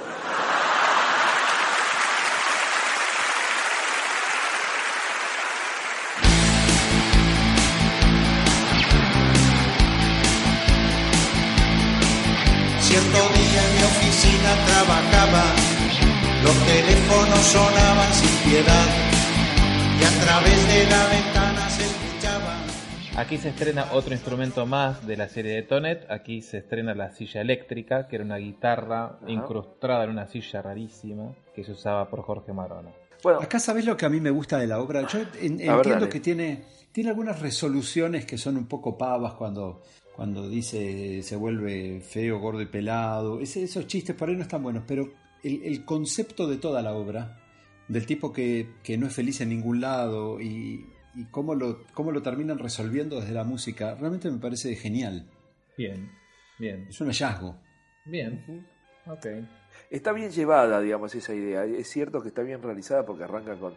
Cierto día en mi oficina trabajaba, los teléfonos sonaban sin piedad y a través de la ventana se escuchaban. Aquí se estrena otro instrumento más de la serie de Tonet. Aquí se estrena la silla eléctrica, que era una guitarra incrustada en una silla rarísima que se usaba por Jorge Marona. Bueno, acá sabés lo que a mí me gusta de la obra. Yo entiendo que tiene algunas resoluciones que son un poco pavas cuando dice se vuelve feo, gordo y pelado. Esos chistes por ahí no están buenos, pero el concepto de toda la obra, del tipo que no es feliz en ningún lado y cómo lo terminan resolviendo desde la música, realmente me parece genial. Bien. Es un hallazgo. Bien, ok. Está bien llevada, digamos, esa idea. Es cierto que está bien realizada porque arranca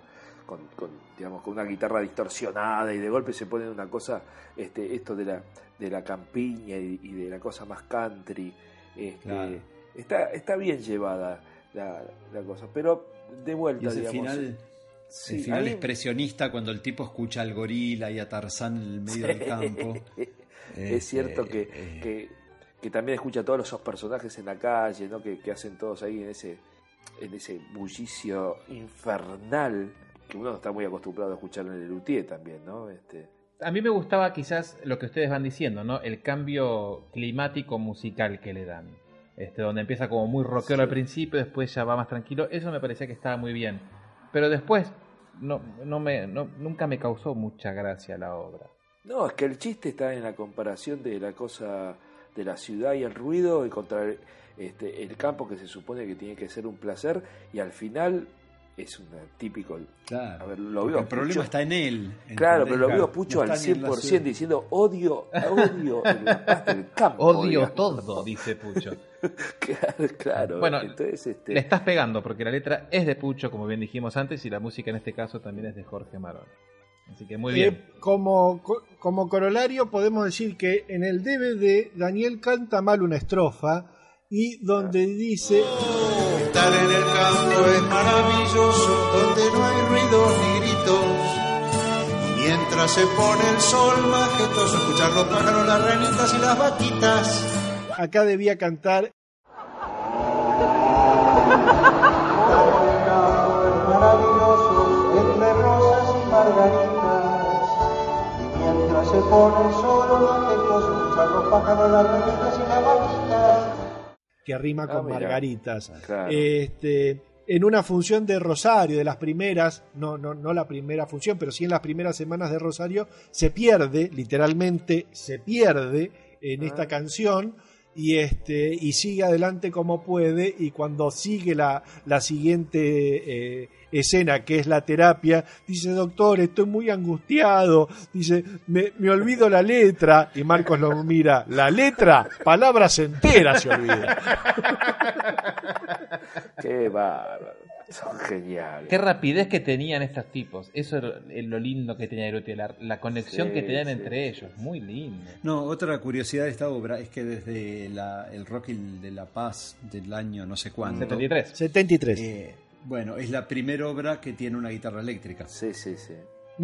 digamos, con una guitarra distorsionada y de golpe se pone una cosa, esto de la campiña y de la cosa más country. Claro. Está bien llevada la cosa, pero de vuelta, Y ese digamos. final, Sí, el final a mí- expresionista cuando el tipo escucha al gorila y a Tarzán en el medio del campo. Es cierto que también escucha a todos esos personajes en la calle, ¿no? Que hacen todos ahí en ese bullicio infernal que uno no está muy acostumbrado a escuchar en el luthier también, ¿no? A mí me gustaba quizás lo que ustedes van diciendo, ¿no? El cambio climático musical que le dan. Donde empieza como muy rockero al principio, después ya va más tranquilo. Eso me parecía que estaba muy bien. Pero después nunca me causó mucha gracia la obra. No, es que el chiste está en la comparación de la cosa de la ciudad y el ruido y contra el campo, que se supone que tiene que ser un placer, y al final es un típico. Claro. A ver, lo Porque veo el problema Pucho. está en él. Claro, ¿entendés? pero lo veo a Pucho No al está ni en la 100% ciudad. diciendo odio la paz del campo. Odio digamos. todo, dice Pucho. Claro. Bueno, entonces, le estás pegando porque la letra es de Pucho, como bien dijimos antes, y la música en este caso también es de Jorge Marón. Así que muy bien. Como corolario podemos decir que en el DVD Daniel canta mal una estrofa y donde dice: Estar en el campo es maravilloso, donde no hay ruidos ni gritos. Y mientras se pone el sol majestuoso, escuchar los pájaros, las ranitas y las vaquitas. acá debía cantar Maravillosos entre rosas y margaritas. Y mientras se pone el sol majestuoso, escuchar los pájaros, las ranitas y las vaquitas. que rima con mira. margaritas. Claro. En una función de Rosario, de las primeras, no la primera función, pero sí en las primeras semanas de Rosario, se pierde, literalmente se pierde en esta canción y sigue adelante como puede, y cuando sigue la siguiente escena, que es la terapia, dice: doctor, estoy muy angustiado, dice, me olvido la letra, y Marcos lo mira: la letra, palabras enteras se olvida. Qué bárbaro. Son geniales. Qué rapidez que tenían estos tipos. Eso es lo lindo que tenía Eruti, la conexión Sí, que tenían sí. entre ellos. Muy lindo. No, otra curiosidad de esta obra es que desde el Rocking de La Paz del año no sé cuánto. 73. Bueno, es la primera obra que tiene una guitarra eléctrica. Sí, sí, sí.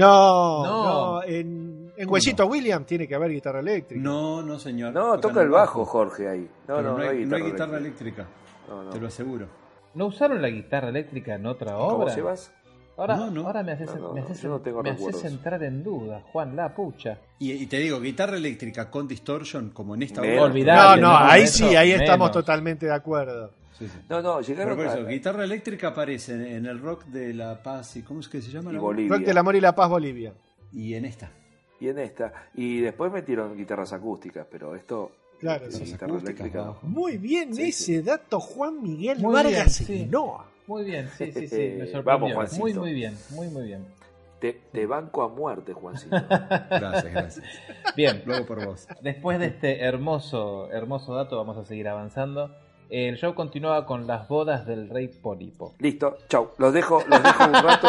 No, en Huesito Williams tiene que haber guitarra eléctrica. No, señor. No, toca el bajo, Jorge, ahí. No, Pero no hay guitarra eléctrica. No. Te lo aseguro. ¿No usaron la guitarra eléctrica en otra obra? ¿Cómo Sebas? Ahora, No. ahora me haces, No, me haces, yo no tengo me haces recuerdos. entrar en duda, Juan, la pucha. Y te digo, guitarra eléctrica con distortion, como en esta Menos. obra. Olvidate, ahí eso, sí, ahí estamos menos. totalmente de acuerdo. Sí, sí. No, llegaron Pero por eso, a... guitarra eléctrica aparece en el rock de La Paz y ¿cómo es que se llama? Y la obra? Bolivia. Rock del Amor y la Paz, Bolivia. Y en esta. Y en esta. Y después metieron guitarras acústicas, pero esto... Claro, es sí. guitarra Acústicas, eléctrica. bajo. Muy bien Sí, ese dato, Juan Miguel Muy Vargas bien, sí. Hinoa. Muy bien, sí, me sorprendió. Vamos, Juancito. muy bien. Te banco a muerte, Juancito. Gracias. Bien, Luego por vos. después de este hermoso dato vamos a seguir avanzando. El show continuaba con las bodas del rey Pólipo. Listo, chau. Los dejo un rato.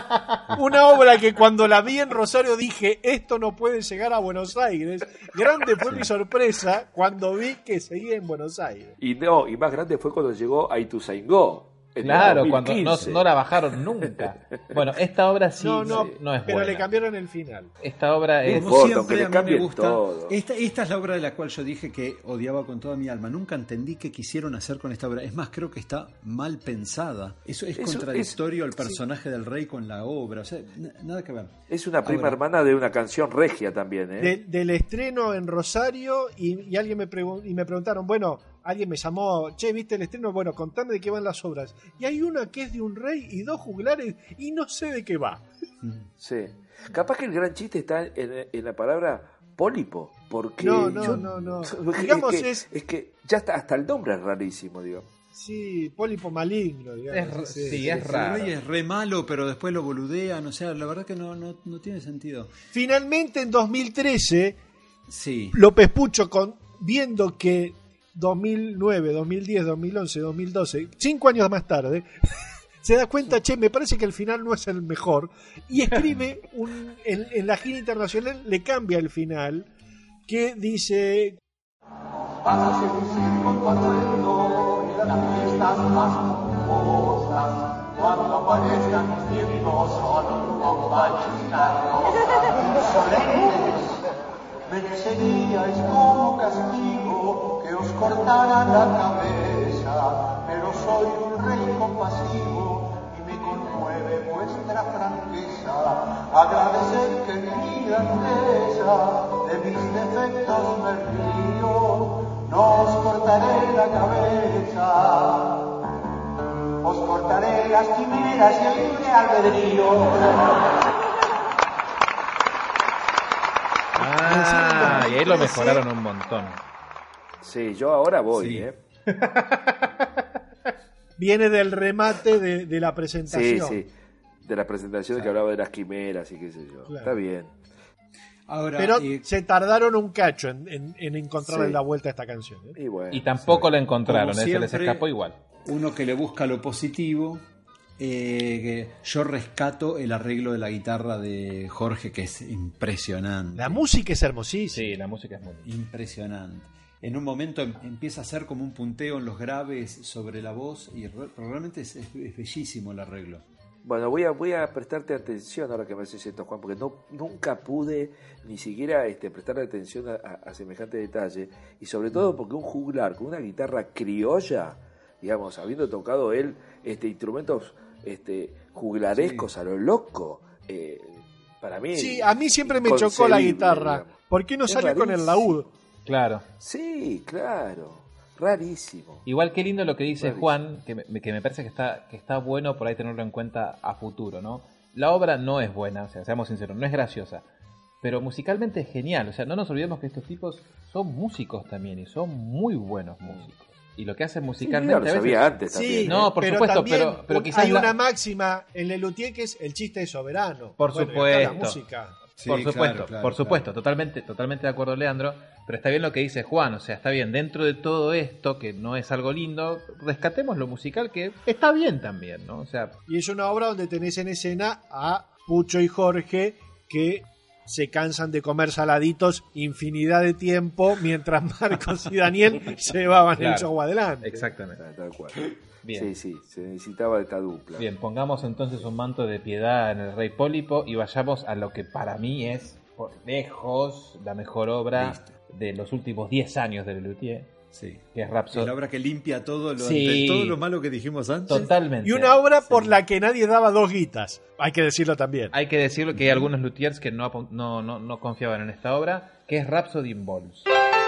Una obra que cuando la vi en Rosario dije: esto no puede llegar a Buenos Aires. Grande fue mi sorpresa cuando vi que seguía en Buenos Aires. Y más grande fue cuando llegó a Ituzaingó. en Claro, 2015. cuando no la bajaron nunca. Bueno, esta obra sí No, no es pero buena. le cambiaron el final. Esta obra No es... Como importa, aunque siempre, le a mí cambien me gusta. todo. Esta es la obra de la cual yo dije que odiaba con toda mi alma. Nunca entendí qué quisieron hacer con esta obra. Es más, creo que está mal pensada. Eso es contradictorio el personaje del rey con la obra. O sea, nada que ver. Es una prima Ahora, hermana de una canción regia también, ¿eh? Del estreno en Rosario y alguien me preguntaron, bueno, alguien me llamó: che, ¿viste el estreno? Bueno, contame de qué van las obras. Y hay una que es de un rey y dos juglares y no sé de qué va. Sí. Capaz que el gran chiste está en la palabra pólipo. Porque No. Digamos, es que ya está, hasta el nombre es rarísimo, digo. Sí, pólipo maligno, digamos. Sí, es El raro. rey es re malo, pero después lo boludean. O sea, la verdad que no tiene sentido. Finalmente, en 2013, Sí. López Pucho, viendo que 2009, 2010, 2011, 2012, 5 años más tarde, se da cuenta, che, me parece que el final no es el mejor, y escribe en la gira internacional le cambia el final, que dice: Pásase un circo cuando las fiestas más pomposas, cuando aparezcan los tiempos son compañías solemnes. Mereceríais como castigo que os cortaran la cabeza, pero soy un rey compasivo y me conmueve vuestra franqueza. Agradecer que mi grandeza, de mis defectos me río, no os cortaré la cabeza, os cortaré las quimeras y el libre albedrío. Y ahí lo mejoraron un montón. Sí, yo ahora voy, Sí. Viene del remate de la presentación. Sí, de la presentación que hablaba de las quimeras y qué sé yo. Claro. Está bien. Ahora, Pero se tardaron un cacho en encontrarle Sí. la vuelta a esta canción. Y, bueno, Y tampoco la encontraron, como se les siempre, escapó igual. Uno que le busca lo positivo. Que yo rescato el arreglo de la guitarra de Jorge, que es impresionante. La música es hermosísima. Sí, la música es muy Impresionante. En un momento empieza a hacer como un punteo en los graves sobre la voz y realmente es bellísimo el arreglo. Bueno, voy a prestarte atención ahora que me haces esto, Juan, porque nunca pude ni siquiera prestarle atención a semejante detalle, y sobre todo porque un juglar con una guitarra criolla, digamos, habiendo tocado él instrumentos juglarescos a lo loco, para mí... Sí, a mí siempre me chocó la guitarra. Digamos. ¿Por qué no Es sale con el laúd? Claro. Sí, claro. Rarísimo. Igual qué lindo lo que dice Rarísimo. Juan, que me parece que está bueno por ahí tenerlo en cuenta a futuro, ¿no? La obra no es buena, o sea, seamos sinceros, no es graciosa, pero musicalmente es genial. O sea, no nos olvidemos que estos tipos son músicos también y son muy buenos músicos. Y lo que hacen musicalmente Sí, lo sabía antes también. Sí, No, por pero supuesto, también pero quizás hay una máxima en Lelutier que es: el chiste es soberano. Por Bueno, supuesto. está la música. Sí, por supuesto, claro, claro, por supuesto, claro. totalmente de acuerdo, Leandro, pero está bien lo que dice Juan, o sea, está bien, dentro de todo esto, que no es algo lindo, rescatemos lo musical, que está bien también, ¿no? O sea, Y es una obra donde tenés en escena a Pucho y Jorge, que se cansan de comer saladitos infinidad de tiempo, mientras Marcos y Daniel llevaban el Claro. show adelante. exactamente. Tal cual. Bien. Sí, se necesitaba esta dupla. Bien, pongamos entonces un manto de piedad en el Rey Pólipo y vayamos a lo que para mí es, por lejos, la mejor obra de los últimos 10 años de Lelutier, Sí. que es Rhapsody. Es la obra que limpia todo Sí. todo lo malo que dijimos antes. Totalmente. Y una obra por la que nadie daba dos guitas, hay que decirlo también. Hay que decirlo que hay algunos luthiers que no confiaban en esta obra, que es Rhapsody in Balls.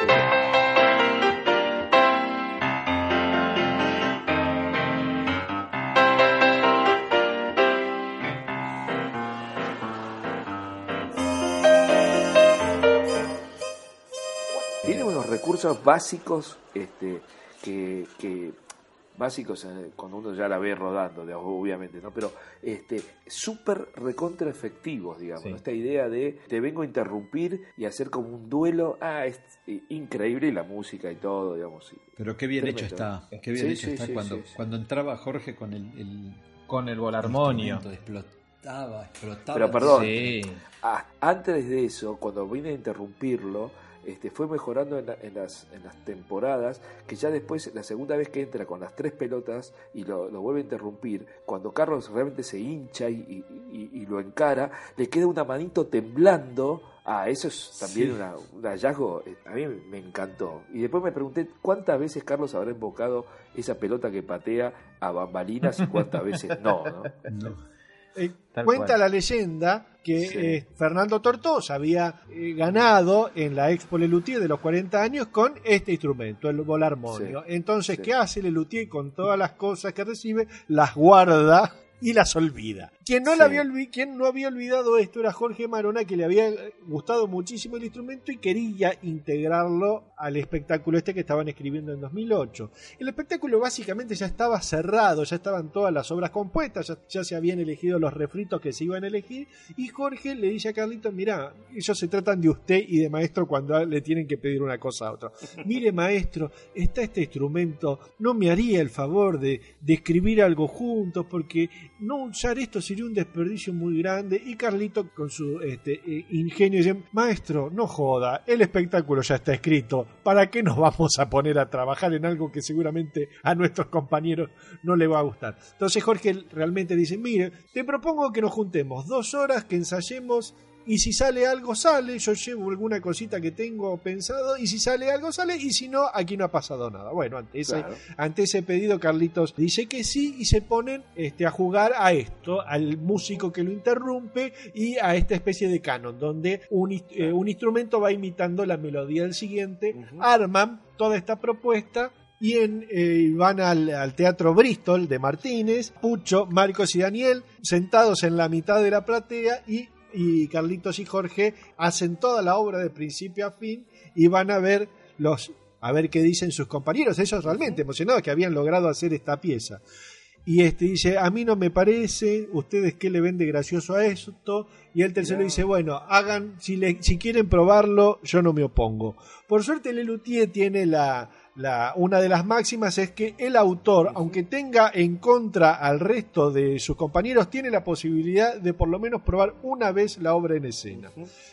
Tiene unos recursos básicos que básicos cuando uno ya la ve rodando, digamos, obviamente, ¿no? Pero súper recontra efectivos, digamos. Sí. ¿No? Esta idea de te vengo a interrumpir y hacer como un duelo, es increíble, y la música y todo, digamos. Sí. Pero qué bien Tremendo. hecho está. Qué bien Sí, hecho sí, está sí, cuando, sí, sí. cuando entraba Jorge con Con el volarmonio. instrumento, explotaba. Pero perdón, Sí. antes de eso, cuando vine a interrumpirlo, fue mejorando en las temporadas, que ya después, la segunda vez que entra con las 3 pelotas y lo vuelve a interrumpir, cuando Carlos realmente se hincha y lo encara, le queda una manito temblando. Eso es también un hallazgo. A mí me encantó. Y después me pregunté cuántas veces Carlos habrá invocado esa pelota que patea a bambalinas y cuántas veces no. Cuenta cual. la leyenda que Sí. Fernando Tortosa había ganado en la Expo Lelutier de los 40 años con este instrumento, el volarmonio. Sí. Entonces, Sí. ¿qué hace Lelutier con todas las cosas que recibe? Las guarda y las olvida. Quien no había olvidado esto era Jorge Marona, que le había gustado muchísimo el instrumento y quería integrarlo al espectáculo que estaban escribiendo en 2008. El espectáculo básicamente ya estaba cerrado, ya estaban todas las obras compuestas, ya se habían elegido los refritos que se iban a elegir, y Jorge le dice a Carlitos: mirá, ellos se tratan de usted y de maestro cuando le tienen que pedir una cosa a otra. Mire, maestro, está este instrumento, ¿no me haría el favor de escribir algo juntos? Porque no usar esto sería un desperdicio muy grande. Y Carlito, con su ingenio, dice: maestro, no joda, el espectáculo ya está escrito, ¿para qué nos vamos a poner a trabajar en algo que seguramente a nuestros compañeros no le va a gustar? Entonces Jorge realmente dice: mire, te propongo que nos juntemos 2 horas, que ensayemos, y si sale algo sale, yo llevo alguna cosita que tengo pensado, y si sale algo sale, y si no, aquí no ha pasado nada. Bueno, ante ese pedido, Carlitos dice que sí, y se ponen a jugar a esto, al músico que lo interrumpe y a esta especie de canon, donde un instrumento va imitando la melodía del siguiente. Arman toda esta propuesta y van al Teatro Bristol de Martínez. Pucho, Marcos y Daniel sentados en la mitad de la platea, y Carlitos y Jorge hacen toda la obra de principio a fin y van a ver qué dicen sus compañeros. Ellos realmente emocionados que habían logrado hacer esta pieza. Y dice: a mí no me parece, ustedes qué le ven de gracioso a esto. Y el tercero dice: bueno, hagan, si quieren probarlo, yo no me opongo. Por suerte Lelutier tiene una de las máximas, es que el autor, aunque tenga en contra al resto de sus compañeros, tiene la posibilidad de por lo menos probar una vez la obra en escena.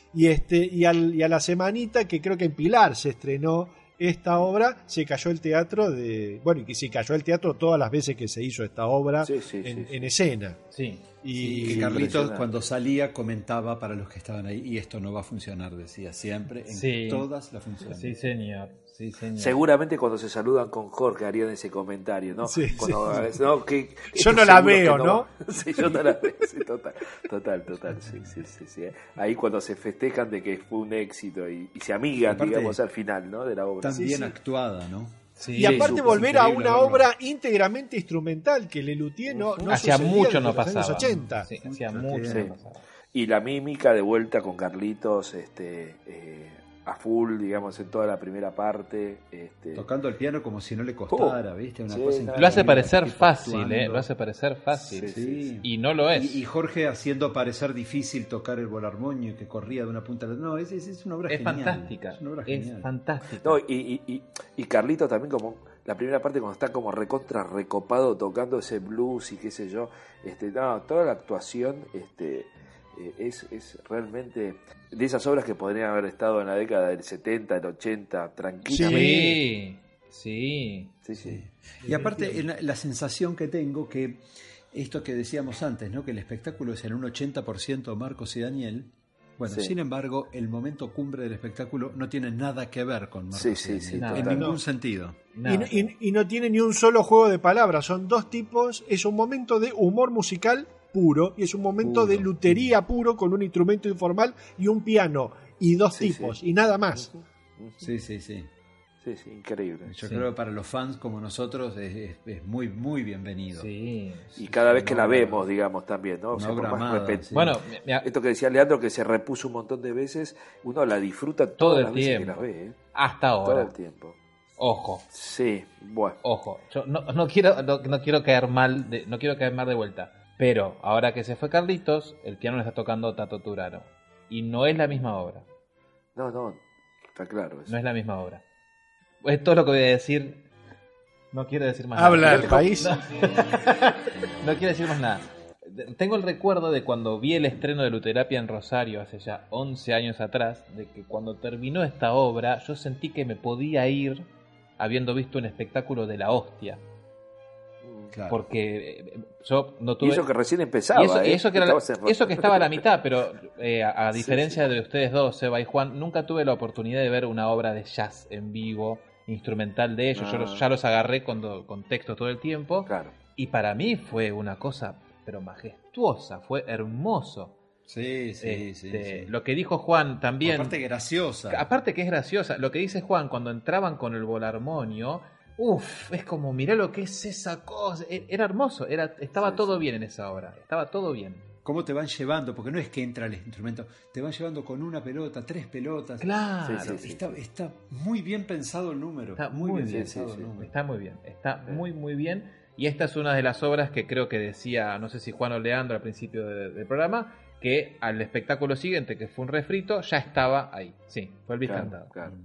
Y a la semanita, que creo que en Pilar se estrenó esta obra, se cayó el teatro y que se cayó el teatro todas las veces que se hizo esta obra en escena. Sí. Y Carlitos, cuando salía, comentaba para los que estaban ahí: y esto no va a funcionar, decía siempre, en todas las funciones. Sí, señor. Sí, señor. Seguramente cuando se saludan con Jorge harían ese comentario, ¿no? Sí, ¿no? Yo no la veo, ¿no? Sí, yo no la veo, sí, total, sí. Ahí cuando se festejan de que fue un éxito y se amigan, aparte, digamos, al final, ¿no? De la obra. Tan bien actuada, ¿no? Sí, y aparte volver a una obra íntegramente instrumental, que Lelutier no hacía mucho no pasaba. En los 80. Sí, hacía mucho no pasaba. Y la mímica de vuelta con Carlitos, a full, digamos, en toda la primera parte. Tocando el piano como si no le costara, ¿viste? Una cosa lo hace parecer fácil, lo hace parecer fácil. Sí. Y no lo es. Y Jorge haciendo parecer difícil tocar el volarmonio, que corría de una punta a la otra. No, es una obra genial. Fantástica. Es una obra genial. Fantástica. No, y Carlitos también, como la primera parte, cuando está como recontra recopado tocando ese blues y qué sé yo. Toda la actuación es realmente de esas obras que podrían haber estado en la década del 70, del 80, tranquilamente. Sí. Y aparte, la sensación que tengo, que esto que decíamos antes, ¿no? Que el espectáculo es en un 80% Marcos y Daniel. Bueno, sin embargo, el momento cumbre del espectáculo no tiene nada que ver con Marcos y Daniel, en ningún sentido. Y no tiene ni un solo juego de palabras. Son dos tipos. Es un momento de humor musical puro, y es un momento de lutería puro, con un instrumento informal y un piano y dos tipos y nada más. Sí, increíble. Yo creo que para los fans como nosotros es muy, muy bienvenido. Y cada vez que la vemos, digamos, también, ¿no? Bueno, esto que decía Leandro, que se repuso un montón de veces, uno la disfruta todo todas el las veces tiempo. que la ve. Hasta ahora. Todo el tiempo. Ojo. Sí, bueno. Ojo. Yo no quiero caer mal de vuelta. Pero ahora que se fue Carlitos, el piano lo está tocando Tato Turaro. Y no es la misma obra. No, está claro eso. No es la misma obra. Es todo lo que voy a decir. No quiero decir más Habla nada. el país. No quiero decir más nada. Tengo el recuerdo de cuando vi el estreno de Luterapia en Rosario hace ya 11 años atrás, de que cuando terminó esta obra yo sentí que me podía ir habiendo visto un espectáculo de la hostia. Claro. Porque yo no tuve... Y eso que recién empezaba. Eso que estaba a la mitad, pero a diferencia de ustedes dos, Seba y Juan, nunca tuve la oportunidad de ver una obra de jazz en vivo, instrumental de ellos. Yo ya los agarré con texto todo el tiempo. Claro. Y para mí fue una cosa, pero majestuosa, fue hermoso. Sí. Lo que dijo Juan también... Aparte graciosa. Aparte que es graciosa. Lo que dice Juan, cuando entraban con el volarmonio... es como, mirá lo que es esa cosa. Era hermoso, estaba todo bien en esa obra, estaba todo bien. Cómo te van llevando, porque no es que entra el instrumento, te van llevando con una pelota, 3 pelotas. Claro. Está muy bien pensado el número. Está muy bien pensado el número. Está muy bien, está muy bien. Y esta es una de las obras que creo que decía, no sé si Juan o Leandro al principio del programa, que al espectáculo siguiente, que fue un refrito, ya estaba ahí. Sí, fue el Biscantado. Claro.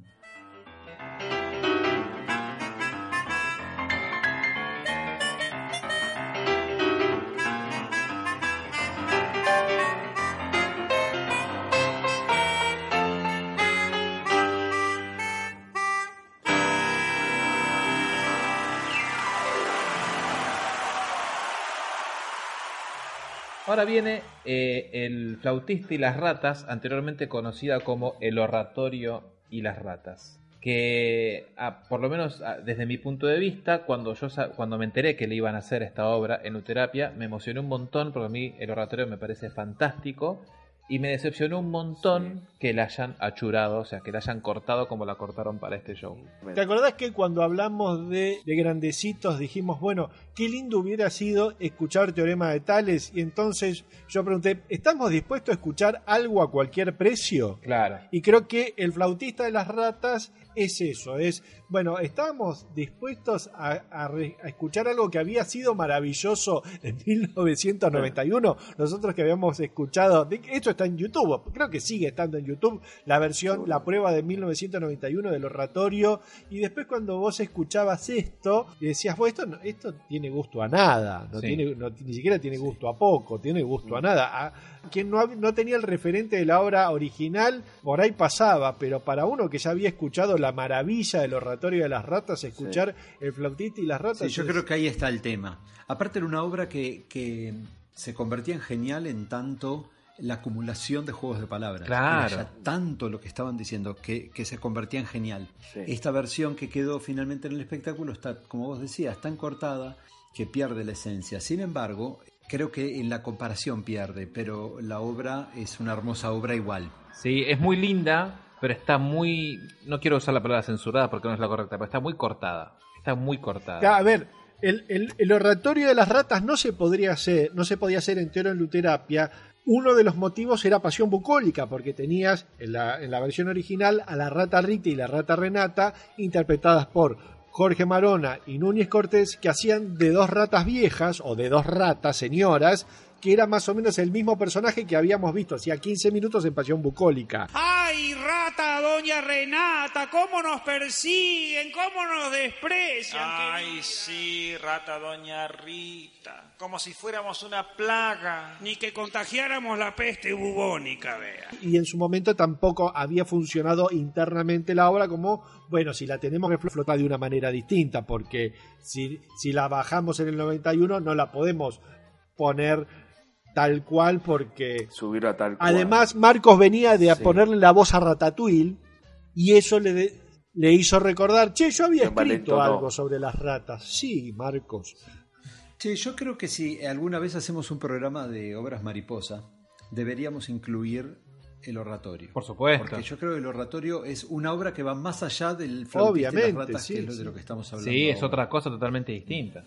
Ahora viene el flautista y las ratas, anteriormente conocida como el oratorio y las ratas. Que, por lo menos desde mi punto de vista, cuando me enteré que le iban a hacer esta obra en Luterapia, me emocioné un montón, porque a mí el oratorio me parece fantástico. Y me decepcionó un montón que la hayan achurado, o sea, que la hayan cortado como la cortaron para este show. ¿Te acordás que cuando hablamos de grandecitos dijimos, bueno, qué lindo hubiera sido escuchar Teorema de Tales? Y entonces yo pregunté, ¿estamos dispuestos a escuchar algo a cualquier precio? Claro. Y creo que el flautista de las ratas es eso, bueno, estábamos dispuestos a escuchar algo que había sido maravilloso en 1991. Nosotros que habíamos escuchado, esto está en YouTube, creo que sigue estando en YouTube, la versión, la prueba de 1991 del oratorio, y después cuando vos escuchabas esto, y decías, bueno, esto tiene gusto a nada, ni siquiera tiene gusto a poco, tiene gusto a nada. Quien no tenía el referente de la obra original, por ahí pasaba, pero para uno que ya había escuchado la maravilla del oratorio de las ratas, escuchar el flautista y las ratas... Sí, yo creo que ahí está el tema. Aparte era una obra que se convertía en genial en tanto la acumulación de juegos de palabras. Claro. Era tanto lo que estaban diciendo que se convertía en genial. Sí. Esta versión que quedó finalmente en el espectáculo está, como vos decías, tan cortada que pierde la esencia. Sin embargo, creo que en la comparación pierde, pero la obra es una hermosa obra igual. Sí, es muy linda, pero está muy... No quiero usar la palabra censurada porque no es la correcta, pero está muy cortada. Está muy cortada. A ver, el oratorio de las ratas no se podía hacer entero en Luterapia. Uno de los motivos era pasión bucólica, porque tenías en la versión original a la rata Rita y la rata Renata, interpretadas por Jorge Marona y Núñez Cortés, que hacían de dos ratas viejas o de dos ratas señoras, que era más o menos el mismo personaje que habíamos visto hacía 15 minutos en Pasión Bucólica. ¡Ay, rata, doña Renata! ¿Cómo nos persiguen? ¿Cómo nos desprecian? Ay, sí, rata, doña Rita. Como si fuéramos una plaga. Ni que contagiáramos la peste bubónica, vea. Y en su momento tampoco había funcionado internamente la obra como, bueno, si la tenemos que flotar de una manera distinta, porque si la bajamos en el 91 no la podemos poner tal cual, porque subirlo a tal cual. Además Marcos venía de ponerle la voz a Ratatouille y eso le hizo recordar, che, yo había escrito algo sobre las ratas. Sí, Marcos. Che, yo creo que si alguna vez hacemos un programa de obras mariposa, deberíamos incluir el oratorio. Por supuesto. Porque yo creo que el oratorio es una obra que va más allá del flautista y las ratas, sí, que es de lo que estamos hablando. Sí, es otra cosa totalmente distinta.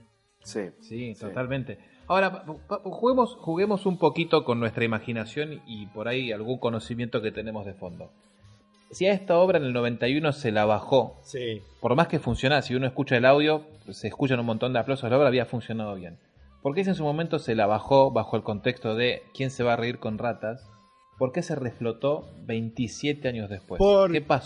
Sí, totalmente. Ahora, juguemos un poquito con nuestra imaginación y por ahí algún conocimiento que tenemos de fondo. Si a esta obra en el 91 se la bajó, por más que funcionara, si uno escucha el audio, se escuchan un montón de aplausos, la obra había funcionado bien. ¿Por qué si en su momento se la bajó bajo el contexto de ¿quién se va a reír con ratas? ¿Por qué se reflotó 27 años después? Porque ¿qué pasó?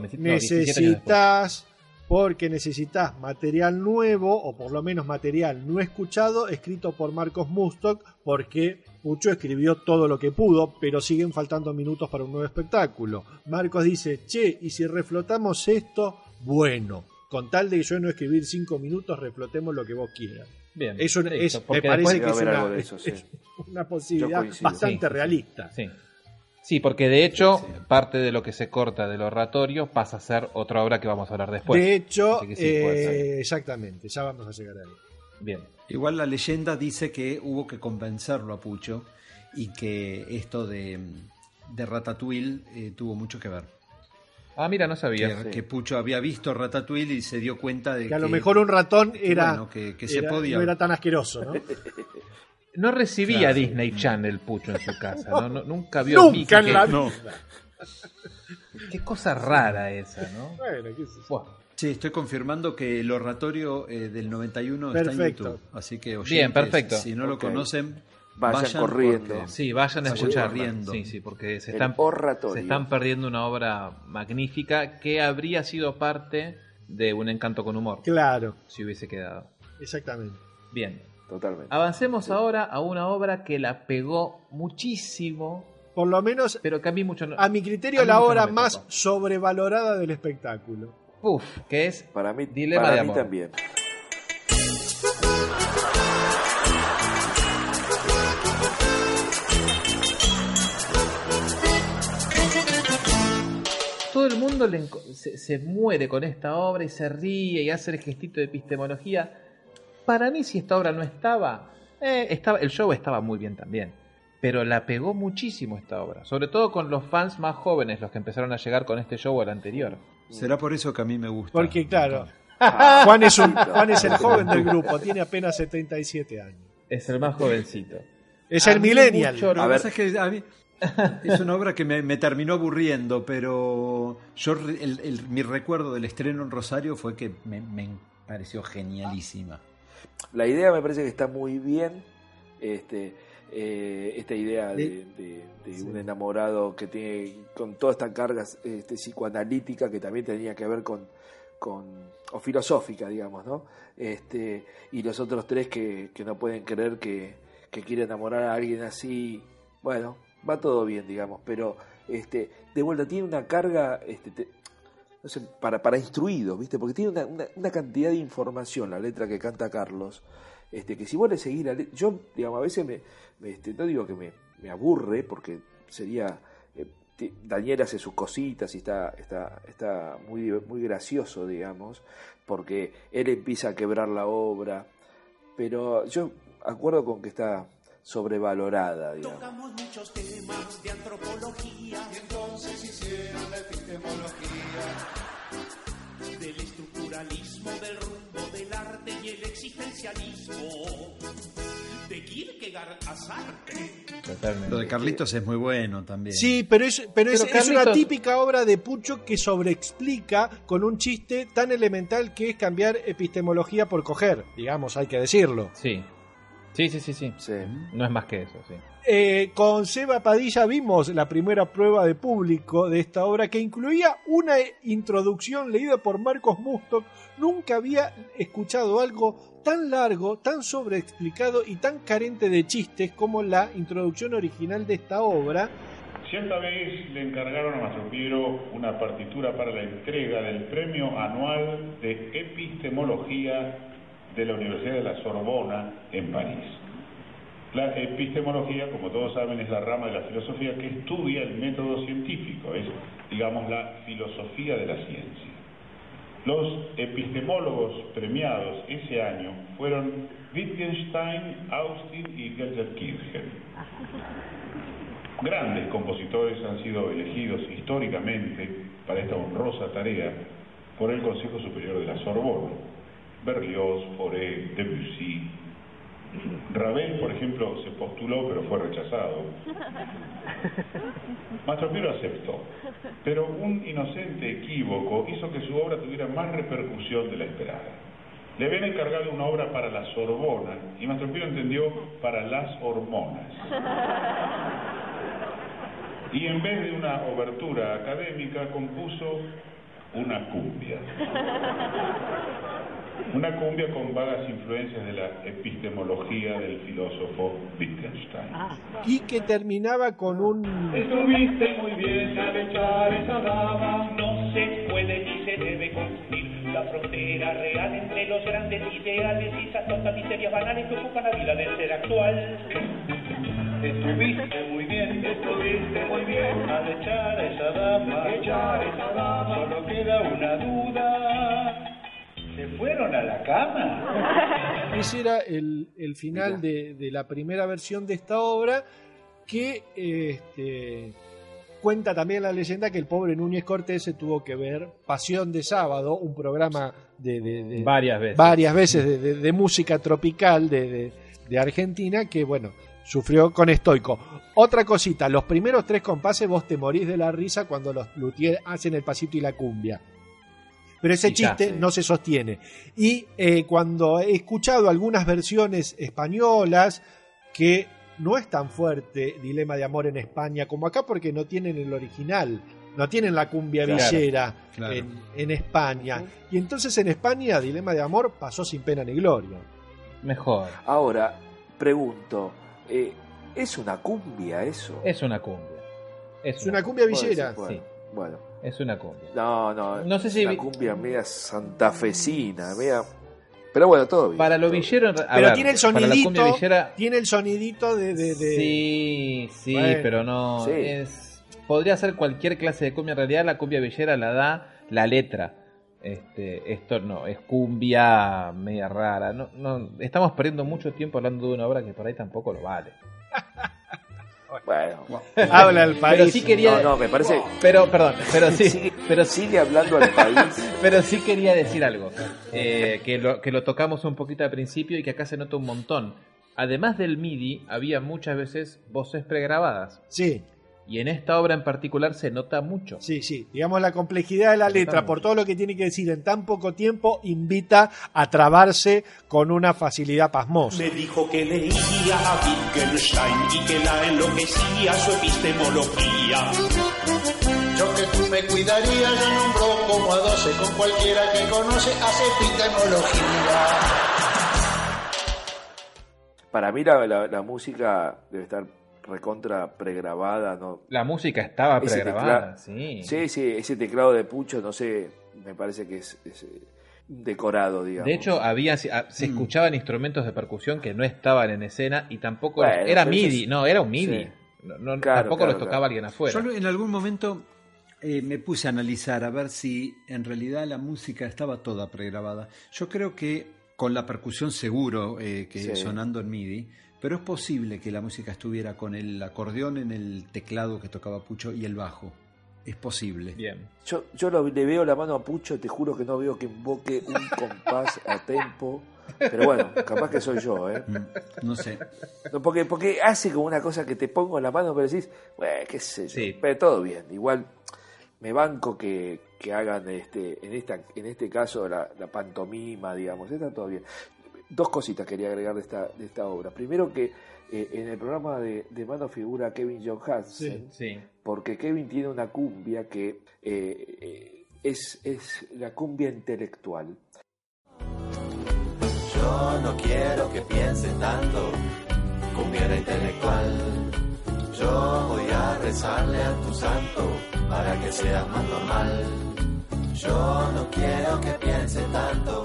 Porque necesitas material nuevo, o por lo menos material no escuchado, escrito por Marcos Mustok, porque Pucho escribió todo lo que pudo, pero siguen faltando minutos para un nuevo espectáculo. Marcos dice, che, y si reflotamos esto, bueno, con tal de yo no escribir 5 minutos, reflotemos lo que vos quieras. Bien, eso me parece que es una posibilidad bastante realista. Sí, porque de hecho parte de lo que se corta del oratorio pasa a ser otra obra que vamos a hablar después. De hecho, exactamente, ya vamos a llegar ahí. Bien. Igual la leyenda dice que hubo que convencerlo a Pucho y que esto de Ratatouille tuvo mucho que ver. Ah, mira, no sabía. Que Pucho había visto Ratatouille y se dio cuenta de que a lo mejor un ratón era, bueno, que se podía. No era tan asqueroso, ¿no? No recibía Claro. Disney Channel Pucho en su casa, ¿no? Nunca vio Nunca en la vida. No. Qué cosa rara esa, ¿no? Bueno, qué sé yo. Buah. Sí, estoy confirmando que el oratorio del 91 está en Perfecto. YouTube. Así que oyentes, Bien, perfecto. si no lo Ok. conocen, Vayan corriendo. porque- Sí, vayan a Vayan escuchar. corriendo. Sí, porque se El están, oratorio. se están perdiendo una obra magnífica que habría sido parte de Un Encanto con Humor, Claro, si hubiese quedado. exactamente. Bien. Totalmente. Avancemos ahora a una obra que la pegó muchísimo, Por lo menos, pero que a mí mucho no... a mi criterio, a mí la mucho obra no me más tocó. sobrevalorada del espectáculo. Uf, que es Para mí, Dilema para de mí amor. también. Todo el mundo se muere con esta obra y se ríe y hace el gestito de epistemología. Para mí, si esta obra no estaba, el show estaba muy bien también. Pero la pegó muchísimo esta obra. Sobre todo con los fans más jóvenes, los que empezaron a llegar con este show al anterior. Será por eso que a mí me gusta. Porque, claro, Juan es el joven del grupo, tiene apenas 77 años. Es el más jovencito. Es A el mí millennial. mucho- Lo que pasa es que a mí es una obra que me terminó aburriendo, pero yo mi recuerdo del estreno en Rosario fue que me pareció genialísima. La idea me parece que está muy bien. Esta idea de un enamorado que tiene con toda esta carga psicoanalítica que también tenía que ver con o filosófica, digamos, ¿no? Y los otros tres que no pueden creer que quiere enamorar a alguien así. Bueno, va todo bien, digamos, pero de vuelta tiene una carga no sé, para instruidos, ¿viste? Porque tiene una cantidad de información la letra que canta Carlos, que si vos le seguís la letra, yo, digamos, a veces no digo que me aburre, porque sería Daniel hace sus cositas y está muy, muy gracioso, digamos, porque él empieza a quebrar la obra, pero yo acuerdo con que está sobrevalorada, digamos. Tocamos muchos temas de antropología y entonces hicieron la epistemología del estructuralismo, del rumbo del arte y el existencialismo, de Kierkegaard a Sartre. Totalmente. Lo de Carlitos es muy bueno también. Sí, pero es Carlitos- una típica obra de Pucho que sobreexplica con un chiste tan elemental que es cambiar epistemología por coger, digamos, hay que decirlo. Sí. Sí. No es más que eso, sí. Con Seba Padilla vimos la primera prueba de público de esta obra que incluía una introducción leída por Marcos Mustok. Nunca había escuchado algo tan largo, tan sobreexplicado y tan carente de chistes como la introducción original de esta obra. Cierta vez le encargaron a Mastro Piero una partitura para la entrega del Premio Anual de Epistemología de la Universidad de la Sorbona en París. La epistemología, como todos saben, es la rama de la filosofía que estudia el método científico, es, digamos, la filosofía de la ciencia. Los epistemólogos premiados ese año fueron Wittgenstein, Austin y Gelsenkirchen. Grandes compositores han sido elegidos históricamente para esta honrosa tarea por el Consejo Superior de la Sorbona. Berlioz, Fauré, Debussy. Ravel, por ejemplo, se postuló pero fue rechazado. Mastro Piero aceptó, pero un inocente equívoco hizo que su obra tuviera más repercusión de la esperada. Le habían encargado una obra para la Sorbona y Mastro Piero entendió para las hormonas. Y en vez de una obertura académica compuso una cumbia. Una cumbia con vagas influencias de la epistemología del filósofo Wittgenstein. Y que terminaba con un... Estuviste muy bien al echar esa dama. No se puede ni se debe confundir la frontera real entre los grandes ideales y esas tontas miserias banales que ocupan la vida del ser actual. Estuviste muy bien al echar a esa dama. Solo queda una duda. ¿Se fueron a la cama? Ese era el final de la primera versión de esta obra que cuenta también la leyenda que el pobre Núñez Cortés se tuvo que ver Pasión de Sábado, un programa de varias veces de música tropical de Argentina, que bueno, sufrió con estoico. Otra cosita, los primeros 3 compases vos te morís de la risa cuando los luthiers hacen el pasito y la cumbia. Pero ese chiste no se sostiene. Y cuando he escuchado algunas versiones españolas, que no es tan fuerte Dilema de Amor en España como acá, porque no tienen el original, no tienen la cumbia villera en España. Y entonces en España Dilema de Amor pasó sin pena ni gloria. Mejor. Ahora, pregunto, ¿es una cumbia eso? Es una cumbia. Es una cumbia villera. Sí. Bueno. Es una cumbia. No sé si una cumbia media santafesina, media... Pero bueno, todo bien. Para lo villero... Pero tiene el sonidito, villera... tiene el sonidito de... Sí, bueno, pero no... Sí. Podría ser cualquier clase de cumbia. En realidad la cumbia villera la da la letra. Esto no, es cumbia media rara. No, estamos perdiendo mucho tiempo hablando de una obra que por ahí tampoco lo vale. Bueno, habla el país. Pero sí quería... No, me parece... Pero sí. Pero sigue hablando al país. Pero sí quería decir algo. Que lo tocamos un poquito al principio y que acá se nota un montón. Además del MIDI, había muchas veces voces pregrabadas. Sí. Y en esta obra en particular se nota mucho. Sí. Digamos, la complejidad de la letra, por todo lo que tiene que decir en tan poco tiempo, invita a trabarse con una facilidad pasmosa. Me dijo que leía a Wittgenstein y que la enloquecía su epistemología. Yo que tú me cuidaría, yo nombro como a 12 con cualquiera que conoce hace epistemología. Para mí la música debe estar recontra pregrabada, ¿no? La música estaba pregrabada, sí. Sí, ese teclado de Pucho, no sé, me parece que es decorado, digamos. De hecho, se escuchaban instrumentos de percusión que no estaban en escena y tampoco... Bueno, era MIDI, era un MIDI. Sí. Tampoco los tocaba alguien afuera. Yo en algún momento me puse a analizar a ver si en realidad la música estaba toda pregrabada. Yo creo que con la percusión seguro sonando en MIDI, pero es posible que la música estuviera con el acordeón en el teclado que tocaba Pucho y el bajo. Es posible. Bien. Yo le veo la mano a Pucho, te juro que no veo que invoque un compás a tempo. Pero bueno, capaz que soy yo, ¿eh? No sé. No, porque hace como una cosa que te pongo en la mano, pero decís, qué sé yo. Sí. Pero todo bien. Igual me banco que hagan en este caso la pantomima, digamos. Está todo bien. 2 cositas quería agregar de esta obra. Primero que en el programa de mano figura Kevin Johansen, sí. Porque Kevin tiene una cumbia que es la cumbia intelectual. Yo no quiero que piense tanto, cumbia intelectual. Yo voy a rezarle a tu santo para que sea más normal. Yo no quiero que piense tanto.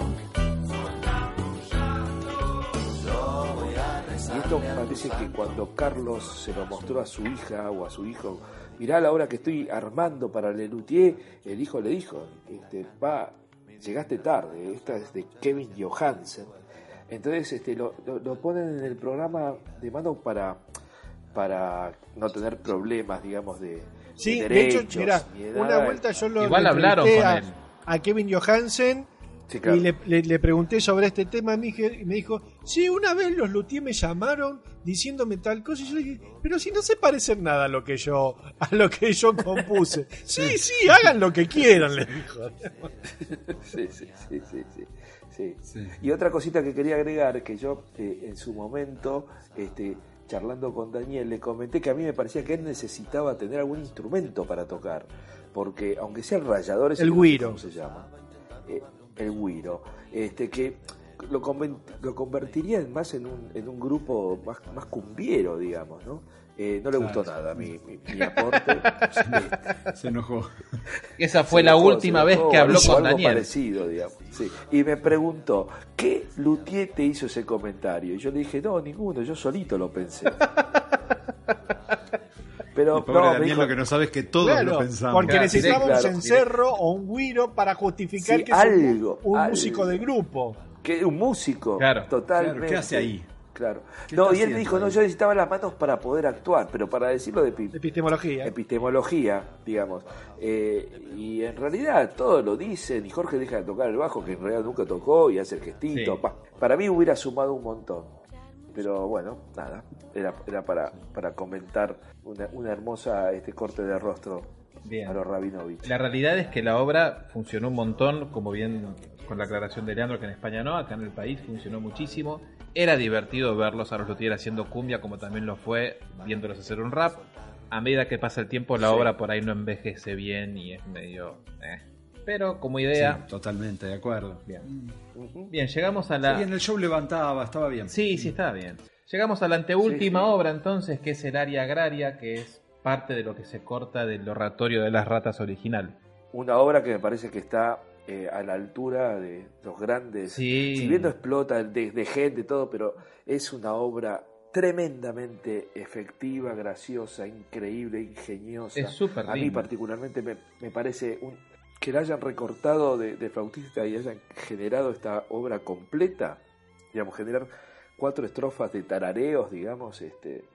Y esto parece que cuando Carlos se lo mostró a su hija o a su hijo, mirá la obra que estoy armando para Le Luthier, el hijo le dijo, llegaste tarde, esta es de Kevin Johansen. Entonces lo ponen en el programa de mano para no tener problemas, digamos, de derechos. De hecho, mirá, una vuelta yo igual hablaron con él. A Kevin Johansen. Sí, claro. Y le pregunté sobre este tema y me dijo, sí, una vez los luthiers me llamaron diciéndome tal cosa y yo le dije, pero si no se parece en nada a lo que yo compuse. sí, hagan lo que quieran, le dijo. Sí. Y otra cosita que quería agregar, que yo en su momento, charlando con Daniel, le comenté que a mí me parecía que él necesitaba tener algún instrumento para tocar, porque aunque sea el rallador, el güiro, ¿cómo se llama? El güiro, que lo convertiría más en un grupo más cumbiero, digamos, ¿no? No le gustó nada mi aporte. Se enojó. Esa fue la última vez que habló con Daniel. Algo parecido, digamos. Sí. Y me preguntó, ¿qué luthier te hizo ese comentario? Y yo le dije, no, ninguno, yo solito lo pensé. Pero Daniel, lo que no sabes es que todos lo pensamos. Porque necesitaba un cencerro o un güiro para justificar que es un músico del grupo. Que un músico, claro, totalmente. Claro, ¿qué hace ahí? Claro. No, y él me dijo, no, yo necesitaba las manos para poder actuar, pero para decirlo de epistemología, digamos. Y en realidad todo lo dicen, y Jorge deja de tocar el bajo, que en realidad nunca tocó, y hace el gestito. Sí. Para mí hubiera sumado un montón. Pero bueno, nada, era para comentar una hermosa corte de rostro. Bien. A los Rabinovich. La realidad es que la obra funcionó un montón, como bien con la aclaración de Leandro, que en España no, acá en el país funcionó muchísimo. Era divertido verlos a los Luthier haciendo cumbia, como también lo fue viéndolos hacer un rap. A medida que pasa el tiempo, la obra por ahí no envejece bien y es medio... Pero como idea... Sí, totalmente, de acuerdo. Bien, llegamos a la... Sí, en el show levantaba, estaba bien. Sí, estaba bien. Llegamos a la anteúltima obra entonces, que es el Aria Agraria, que es parte de lo que se corta del Oratorio de las Ratas original. Una obra que me parece que está a la altura de los grandes. Sí. Si bien no explota de gente, todo, pero es una obra tremendamente efectiva, graciosa, increíble, ingeniosa. Es súper A mí particularmente me parece que la hayan recortado de flautista y hayan generado esta obra completa, digamos, generar 4 estrofas de tarareos, digamos,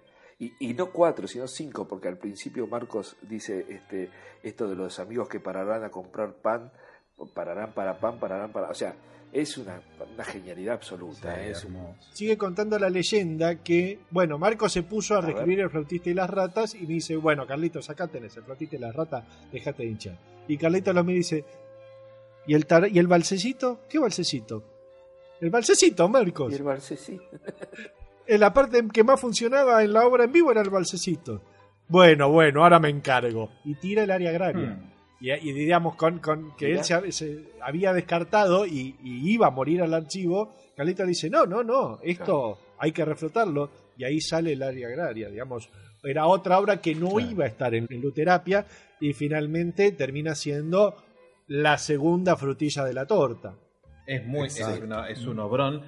y no 4, sino 5, porque al principio Marcos dice esto de los amigos que pararán a comprar pan, pararán para pan, pararán para... O sea, es una genialidad absoluta. Sí, sigue contando la leyenda que, bueno, Marcos se puso a reescribir El flautista y las ratas y me dice, bueno, Carlitos, acá tenés El flautista y las ratas, déjate de hinchar. Y Carlitos me dice, ¿y el balsecito? ¿Qué balsecito? El balsecito, Marcos. Y el balsecito. La parte que más funcionaba en la obra en vivo era el balsecito. Bueno, ahora me encargo. Y tira el Aria Agraria. Y digamos, con que él se había descartado y iba a morir al archivo, Carlito dice, no, esto hay que reflotarlo. Y ahí sale el Aria Agraria, digamos. Era otra obra que no iba a estar en Luterapia y finalmente termina siendo la segunda frutilla de la torta. Es un obrón.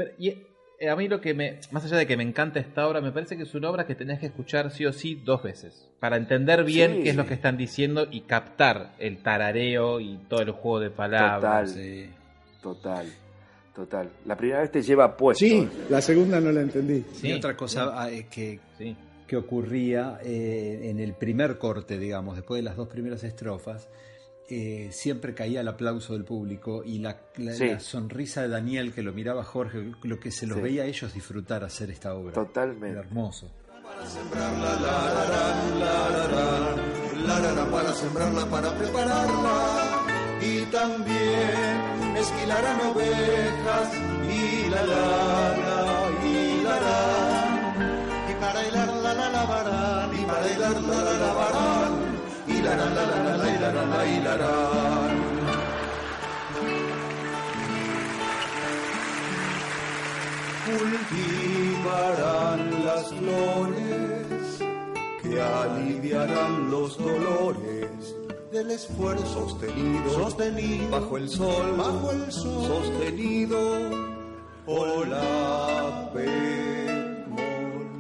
A mí lo que más allá de que me encanta esta obra, me parece que es una obra que tenés que escuchar sí o sí 2 veces para entender bien qué es lo que están diciendo y captar el tarareo y todo el juego de palabras. Total. La primera vez te lleva puesto. Sí, la segunda no la entendí. Y otra cosa que ocurría en el primer corte, digamos, después de las 2 primeras estrofas, siempre caía el aplauso del público y la sonrisa de Daniel, que lo miraba a Jorge, lo que se los veía a ellos disfrutar hacer esta obra. Totalmente. Era hermoso. Para sembrarla, para sembrarla, para prepararla, y también esquilarán ovejas, y la y para hilar la lavarán, y para hilar la lavarán. Cultivarán las flores que aliviarán los dolores del esfuerzo sostenido bajo el sol, sostenido por la bemol.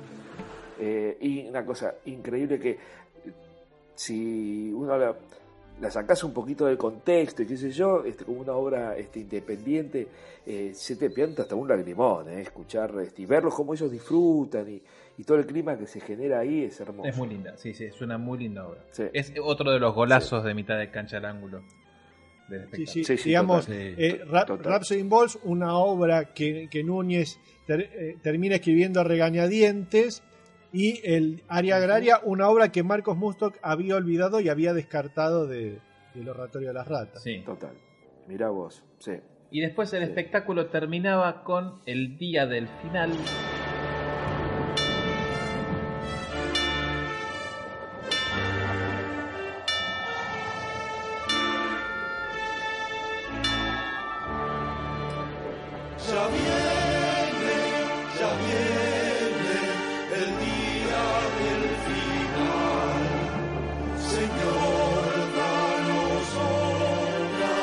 Y una cosa increíble que si uno la sacas un poquito del contexto y qué sé yo, como una obra independiente, se te pianta hasta un lagrimón, escuchar y verlos cómo ellos disfrutan y todo el clima que se genera ahí es hermoso. Es muy linda, sí, es una muy linda obra. Sí. Es otro de los golazos de mitad de cancha al ángulo. Sí, digamos, Rhapsody in Balls, una obra que Núñez termina escribiendo a regañadientes. Y el Aria Agraria, una obra que Marcos Mustok había olvidado y había descartado del Oratorio de las Ratas. Sí. Total. Mirá vos. Sí. Y después el espectáculo terminaba con el día del final. Ya viene el día del final. Señor, danos otra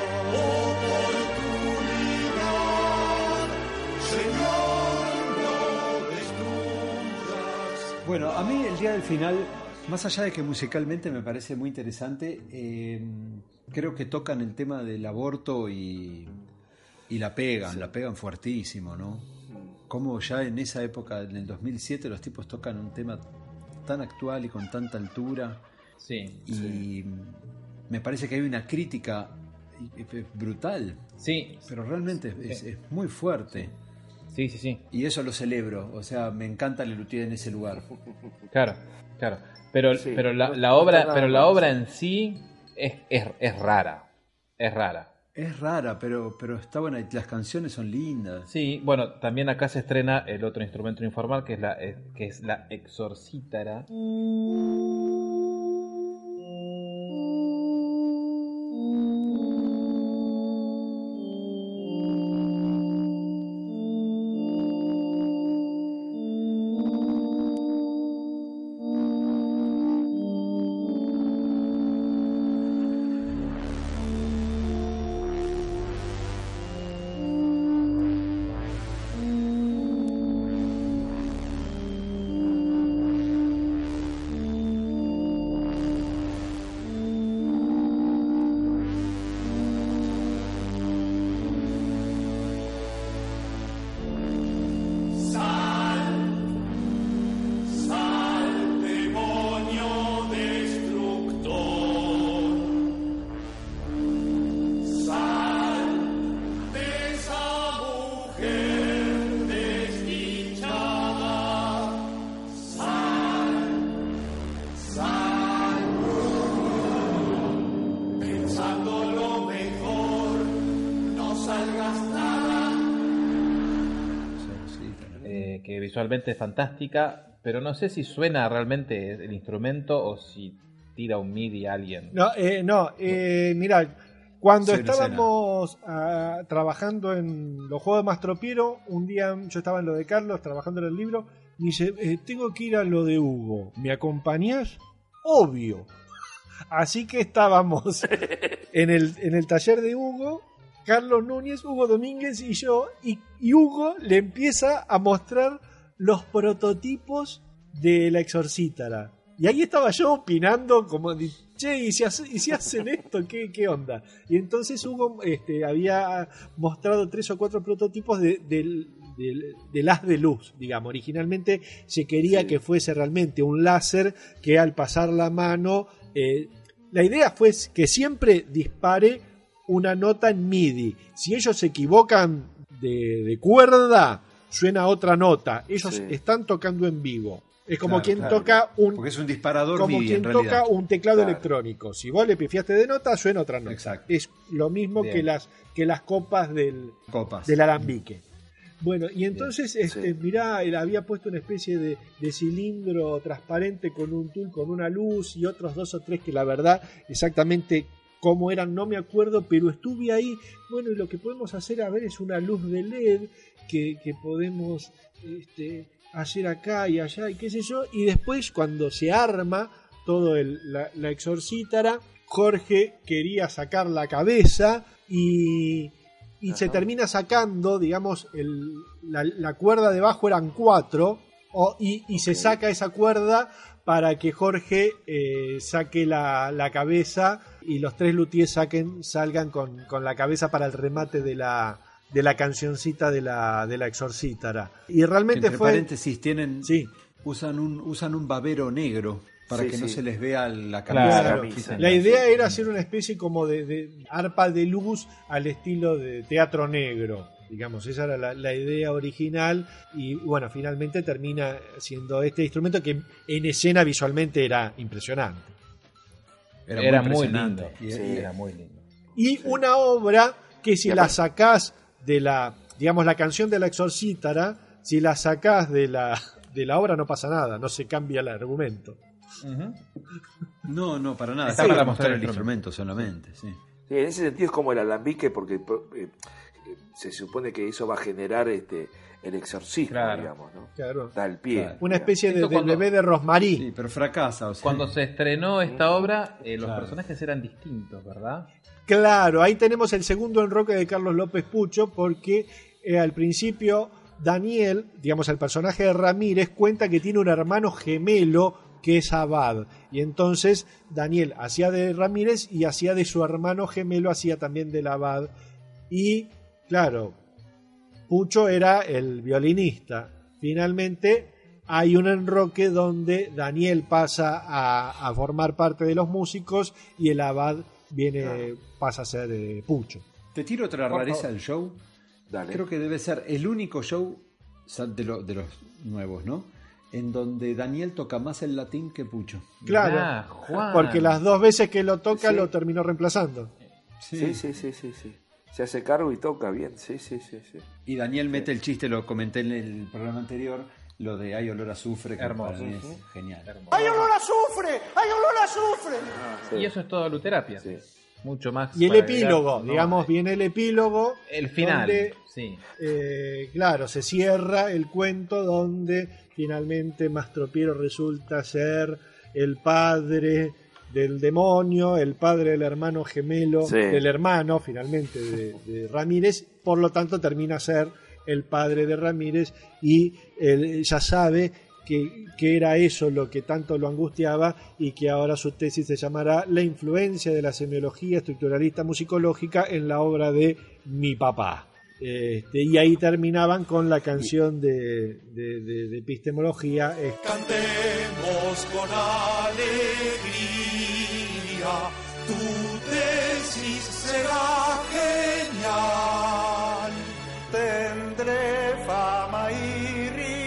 oportunidad. Señor, no destruyas. Bueno, a mí el día del final, más allá de que musicalmente me parece muy interesante, creo que tocan el tema del aborto y la pegan fuertísimo, ¿no? cómo ya en esa época, en el 2007, los tipos tocan un tema tan actual y con tanta altura. Sí. Y me parece que hay una crítica brutal. Sí. Pero realmente es muy fuerte. Sí, sí, sí. Y eso lo celebro. O sea, me encanta Lelutier en ese lugar. Claro, claro. Pero, Sí, pero no la obra, está pero nada la mal, obra sí. en sí es rara. Es rara. Es rara, pero está buena. Y las canciones son lindas. Sí, bueno, también acá se estrena el otro instrumento informal que es la exorcítara. Sal, demonio destructor. Sal de esa mujer desdichada. Sal, pensando lo mejor, no salgas nada. Que visualmente es fantástica, pero no sé si suena realmente el instrumento o si tira un MIDI a alguien. Mirá, cuando Sí, estábamos trabajando en los juegos de Mastropiero, un día yo estaba en lo de Carlos, trabajando en el libro, y dice, tengo que ir a lo de Hugo, ¿me acompañás? Obvio. Así que estábamos en el taller de Hugo, Carlos Núñez, Hugo Domínguez y yo, y Hugo le empieza a mostrar los prototipos de la exorcítara. Y ahí estaba yo opinando como, che, ¿y si hacen esto? ¿Qué onda? Y entonces Hugo había mostrado 3 o 4 prototipos del haz de luz, digamos. Originalmente se quería que fuese realmente un láser que al pasar la mano... la idea fue que siempre dispare una nota en MIDI. Si ellos se equivocan de cuerda, suena otra nota. Ellos están tocando en vivo. Es como quien toca un... Porque es un disparador como MIDI, quien en realidad. toca un teclado electrónico. Si vos le pifiaste de nota, suena otra nota. Exacto. Es lo mismo Bien. que las copas del alambique. Bueno, y entonces mirá, él había puesto una especie de cilindro transparente con un tul, con una luz y otros 2 o 3 que la verdad exactamente cómo eran no me acuerdo, pero estuve ahí. Bueno, y lo que podemos hacer a ver es una luz de LED que podemos hacer acá y allá y qué sé yo. Y después cuando se arma todo la exorcítara, Jorge quería sacar la cabeza y se termina sacando, digamos, la cuerda debajo eran 4 y se saca esa cuerda para que Jorge saque la cabeza y los 3 luthiers salgan con la cabeza para el remate de la cancioncita de la exorcítara. Y realmente Entre fue... paréntesis, usan un babero negro para que no se les vea la Claro. camisa. La idea era hacer una especie como de arpa de luz al estilo de teatro negro, digamos, esa era la idea original y bueno, finalmente termina siendo este instrumento que en escena visualmente era impresionante. Era muy lindo. Era muy lindo. Y una obra que si la sacás de la canción de la exorcítara, si la sacás de la obra no pasa nada, no se cambia el argumento. No, para nada. Está Está para para mostrar mostrar el el instrumento solamente, sí. Sí, en ese sentido es como el alambique porque se supone que eso va a generar el exorcismo, digamos, ¿no? Claro. Da el pie. Claro. Una especie Esto del cuando- bebé de Rosmarie. Sí, pero fracasa. O sea. Cuando se estrenó esta obra, los Claro. personajes eran distintos, ¿verdad? Claro, ahí tenemos el segundo enroque de Carlos López Pucho porque al principio Daniel, digamos el personaje de Ramírez, cuenta que tiene un hermano gemelo que es Abad. Y entonces Daniel hacía de Ramírez y hacía de su hermano gemelo, hacía también del Abad. Y claro, Pucho era el violinista. Finalmente hay un enroque donde Daniel pasa a formar parte de los músicos y el abad pasa a ser Pucho. Te tiro otra rareza del show. Dale. Creo que debe ser el único show de los nuevos, ¿no? En donde Daniel toca más el latín que Pucho. Claro, Juan. porque las 2 veces que lo toca Sí. lo terminó reemplazando. Sí. Se hace cargo y toca bien, sí. Y Daniel mete el chiste, lo comenté en el programa anterior, lo de hay olor a azufre, que Hermoso. para mí es genial. ¡Hay olor a azufre! ¡Hay olor a azufre! Sí. Y eso es todo luterapia. Sí. Mucho más. Y el para epílogo, agregar, no digamos, hay. viene el epílogo. El final. Donde, Sí. claro, se cierra el cuento donde finalmente Mastropiero resulta ser el padre del demonio, el padre del hermano gemelo, Sí. del hermano finalmente de Ramírez, por lo tanto termina a ser el padre de Ramírez y él ya sabe que era eso lo que tanto lo angustiaba y que ahora su tesis se llamará La influencia de la semiología estructuralista musicológica en la obra de mi papá. Y ahí terminaban con la canción de epistemología. Cantemos con alegría, tu tesis será genial. Tendré fama y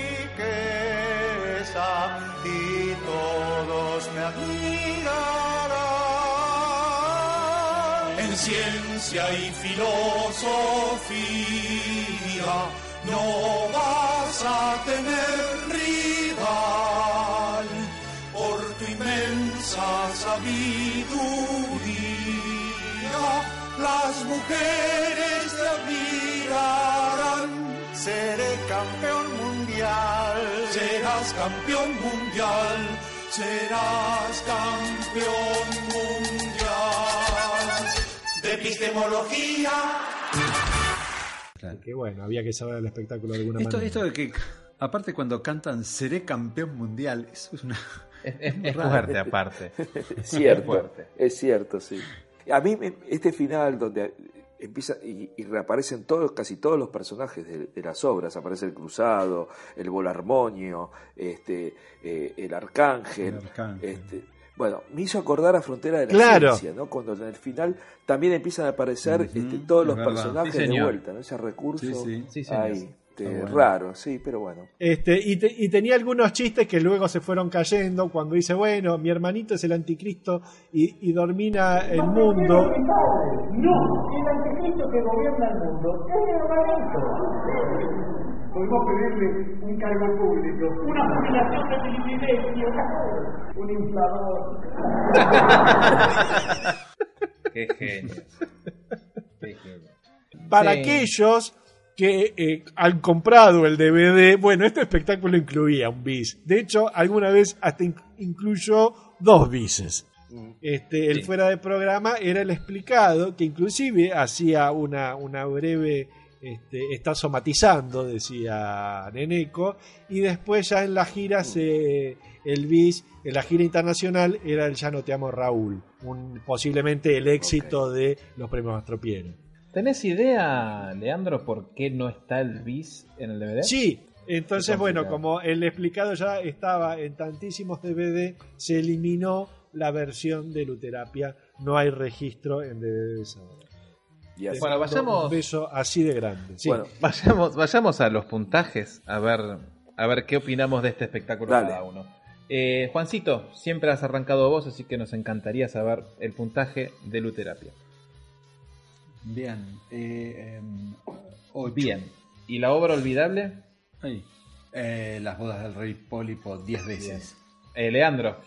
riqueza y todos me admirarán. En ciencia y filosofía no vas a tener rival por tu inmensa sabiduría. Las mujeres te admirarán. Seré campeón mundial. Serás campeón mundial. Serás campeón mundial de epistemología. Que bueno, había que saber el espectáculo de alguna manera. Esto de que, aparte cuando cantan seré campeón mundial, eso es una... Es fuerte aparte. Es cierto, sí. A mí este final donde empieza y reaparecen casi todos los personajes de las obras, aparece el Cruzado, el Volarmonio, el Arcángel, bueno, me hizo acordar a Frontera de la Ciencia, ¿no? Cuando en el final también empiezan a aparecer todos los personajes de vuelta, ¿no? Ese recurso ahí, raro, sí, pero bueno. Y tenía algunos chistes que luego se fueron cayendo cuando dice, bueno, mi hermanito es el anticristo y domina el mundo. No, el anticristo que gobierna el mundo es mi hermanito. Podemos pedirle un cargo público, una jubilación de privilegio, un inflador. Qué genio. Para aquellos que han comprado el DVD, bueno, este espectáculo incluía un bis. De hecho, alguna vez hasta incluyó 2 bises. El fuera de programa era el explicado, que inclusive hacía una breve... está somatizando, decía Neneco, y después ya en la gira el bis, en la gira internacional era el Ya no te amo Raúl, posiblemente el éxito de los premios Mastropiero. ¿Tenés idea, Leandro, por qué no está el bis en el DVD? Sí, entonces bueno, como el explicado ya estaba en tantísimos DVD, se eliminó la versión de Luterapia, no hay registro en DVD de esa obra. Bueno, vayamos. Un beso así de grande. Sí. Bueno, vayamos a los puntajes a ver qué opinamos de este espectáculo cada uno. Juancito, siempre has arrancado vos, así que nos encantaría saber el puntaje de Luterapia. Bien. 8. Bien. ¿Y la obra olvidable? Ahí. Las bodas del rey Pólipo 10 veces. Leandro.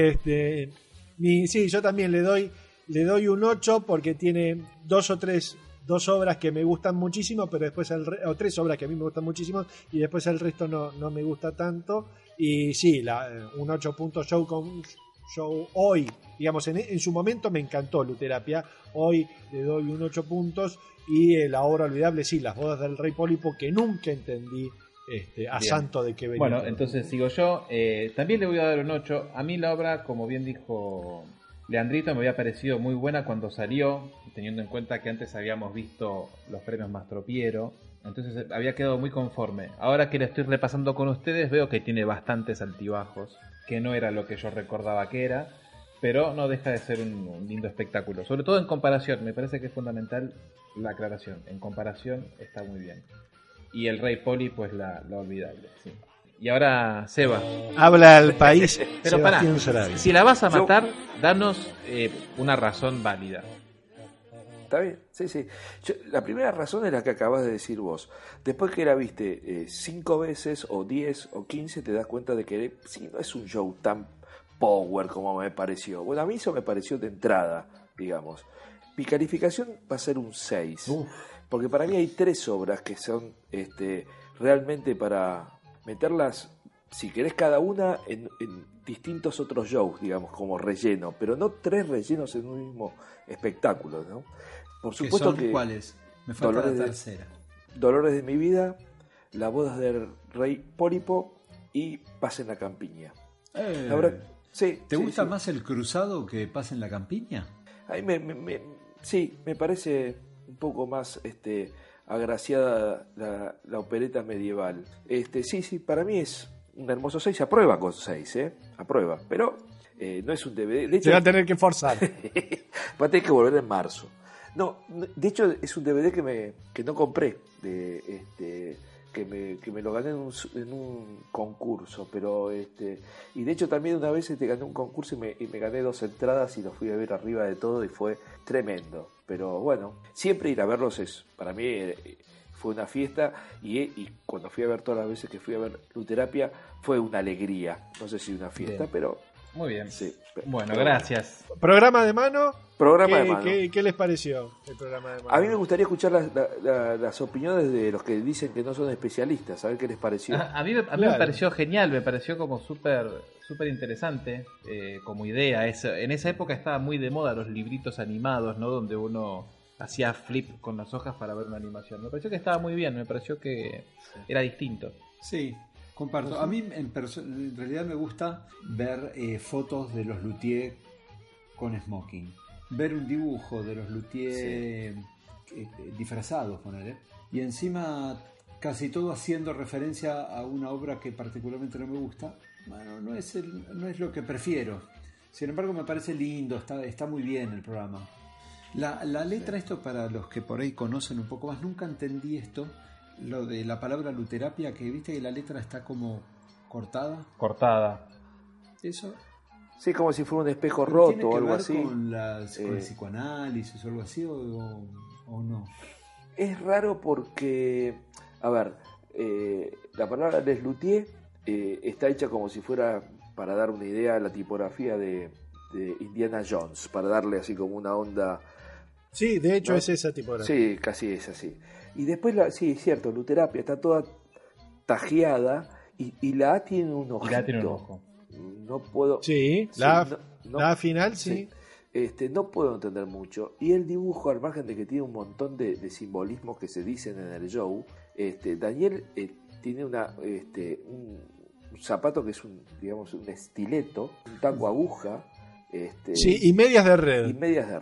Sí, yo también le doy un 8 porque tiene dos obras que me gustan muchísimo, pero después o 3 obras que a mí me gustan muchísimo y después el resto no me gusta tanto. Y sí, un 8 puntos show hoy, digamos, en su momento me encantó Luterapia, hoy le doy un 8 puntos y la obra olvidable, sí, las bodas del rey Pólipo, que nunca entendí a Bien. santo de que venía. Bueno, entonces sigo yo, también le voy a dar un 8. A mí la obra, como bien dijo Leandrito me había parecido muy buena cuando salió, teniendo en cuenta que antes habíamos visto los premios Mastropiero, entonces había quedado muy conforme. Ahora que la estoy repasando con ustedes veo que tiene bastantes altibajos, que no era lo que yo recordaba que era, pero no deja de ser un lindo espectáculo, sobre todo en comparación. Me parece que es fundamental la aclaración, en comparación está muy bien. Y el Rey Poli, pues la olvidable, sí. Y ahora, Seba. Habla al país. Pero pará, Sebastián Sarabia. si la vas a matar, danos una razón válida. Está bien, sí. La primera razón es la que acabas de decir vos. Después que la viste 5 veces, o 10, o 15, te das cuenta de que sí, no es un show tan power como me pareció. Bueno, a mí eso me pareció de entrada, digamos. Mi calificación va a ser un 6. Porque para mí hay 3 obras que son realmente para meterlas, si querés, cada una en distintos otros shows, digamos, como relleno, pero no 3 rellenos en un mismo espectáculo, ¿no? Por supuesto que ¿cuáles? Me falta la tercera. Dolores de mi vida, La boda del Rey Pólipo y Paz en la campiña. Sí, ¿Te gusta más el cruzado que Paz en la campiña? A mí me parece un poco más agraciada la opereta medieval. Sí, para mí es un hermoso 6, aprueba con 6, aprueba, pero no es un DVD. De hecho, se va a tener que forzar. Va a tener que volver en marzo. No, de hecho es un DVD que no compré, que me lo gané en un concurso, pero y de hecho también una vez gané un concurso y me gané 2 entradas y los fui a ver arriba de todo y fue tremendo. Pero bueno, siempre ir a verlos para mí fue una fiesta y cuando fui a ver todas las veces que fui a ver Luterapia fue una alegría, no sé si una fiesta, bien. Pero muy bien. Sí, bueno, gracias. ¿Programa de mano? De mano. ¿Qué les pareció el programa de mano? A mí me gustaría escuchar las opiniones de los que dicen que no son especialistas, a ver qué les pareció. A mí me pareció genial, me pareció como súper interesante como idea. En esa época estaba muy de moda los libritos animados, ¿no? Donde uno hacía flip con las hojas para ver una animación. Me pareció que estaba muy bien, me pareció que era distinto. Sí, comparto. A mí en realidad me gusta ver fotos de los luthier con smoking. Ver un dibujo de los luthier disfrazados, ponele. Y encima casi todo haciendo referencia a una obra que particularmente no me gusta. Bueno, no es lo que prefiero. Sin embargo, me parece lindo, está muy bien el programa. La letra, esto para los que por ahí conocen un poco más, nunca entendí esto, lo de la palabra luterapia, que viste que la letra está como cortada. Eso. Sí, como si fuera un espejo roto o algo así. ¿Con el psicoanálisis o algo así o no? Es raro porque, a ver, la palabra Les Luthier está hecha como si fuera, para dar una idea, la tipografía de Indiana Jones, para darle así como una onda. Sí, de hecho, ¿no? Es esa tipografía. Sí, casi es así. Y después, sí, es cierto, Luterapia está toda tajeada y la A tiene un ojito. Y la A tiene un ojo. No puedo. Sí, la A final, sí. No puedo entender mucho. Y el dibujo, al margen de que tiene un montón de simbolismos que se dicen en el show, Daniel tiene un zapato que es un estileto, un taco aguja. Sí, y medias de red.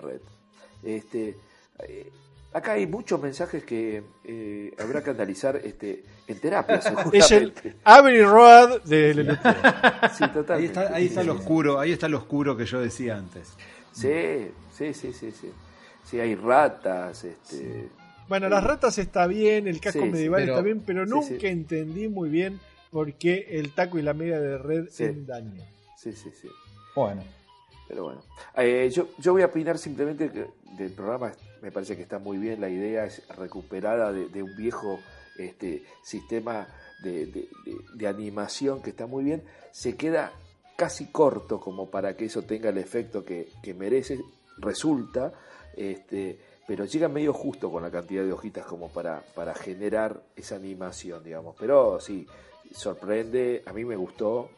Acá hay muchos mensajes que habrá que analizar en terapia, seguramente. Es el Abbey Road de Lelutier. Sí, totalmente. Ahí está lo oscuro que yo decía antes. Sí. Sí, hay ratas. Bueno, las ratas está bien, el casco medieval está bien, pero nunca entendí muy bien por qué el taco y la media de red en daño. Sí. Bueno. Pero bueno, yo voy a opinar simplemente que del programa. Me parece que está muy bien, la idea es recuperada de un viejo sistema de animación que está muy bien. Se queda casi corto como para que eso tenga el efecto que merece, resulta, pero llega medio justo con la cantidad de hojitas como para generar esa animación, digamos. Pero sí, sorprende, a mí me gustó,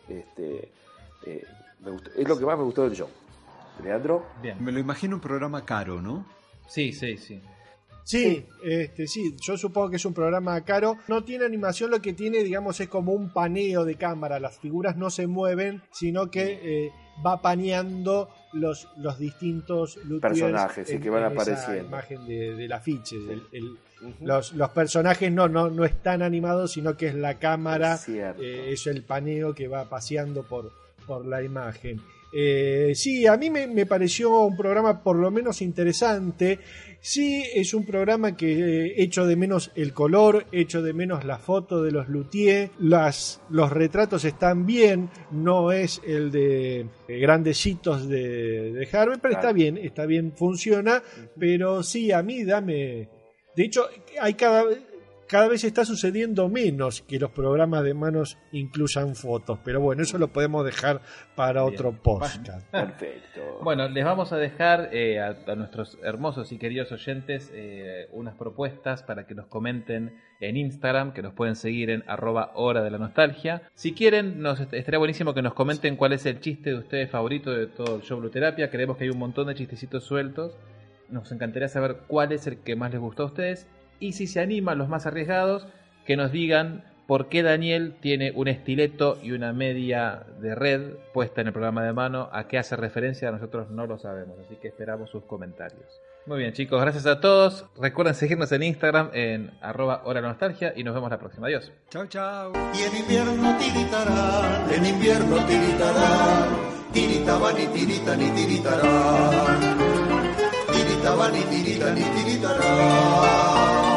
es lo que más me gustó del show. Leandro. Bien. Me lo imagino un programa caro, ¿no? Sí. Sí, yo supongo que es un programa caro. No tiene animación, lo que tiene, digamos, es como un paneo de cámara. Las figuras no se mueven, sino que va paneando los distintos personajes y que van apareciendo. Esa imagen del afiche. Los personajes no están animados, sino que es la cámara, es el paneo que va paseando por la imagen. Sí, a mí me pareció un programa por lo menos interesante. Sí, es un programa que echo de menos el color, echo de menos la foto de los luthiers, los retratos están bien, no es el de grandecitos de Harvey, pero Claro. está bien, funciona, pero sí, a mí dame... De hecho, hay cada vez está sucediendo menos que los programas de manos incluyan fotos, pero bueno, eso lo podemos dejar para otro podcast. Perfecto. Bueno, les vamos a dejar a nuestros hermosos y queridos oyentes unas propuestas para que nos comenten en Instagram, que nos pueden seguir en @hora de la nostalgia. Si quieren, estaría buenísimo que nos comenten cuál es el chiste de ustedes favorito de todo el show Bluterapia. Creemos que hay un montón de chistecitos sueltos. Nos encantaría saber cuál es el que más les gustó a ustedes. Y si se animan los más arriesgados, que nos digan por qué Daniel tiene un estileto y una media de red puesta en el programa de mano, a qué hace referencia, nosotros no lo sabemos, así que esperamos sus comentarios. Muy bien, chicos, gracias a todos. Recuerden seguirnos en Instagram en @hora nostalgia y nos vemos la próxima. Adiós. Chao, chao. Y en invierno tiritarán, en invierno tiritarán, tiritaban y tiritan y tiritarán, tiritaban y tiritan y tiritarán.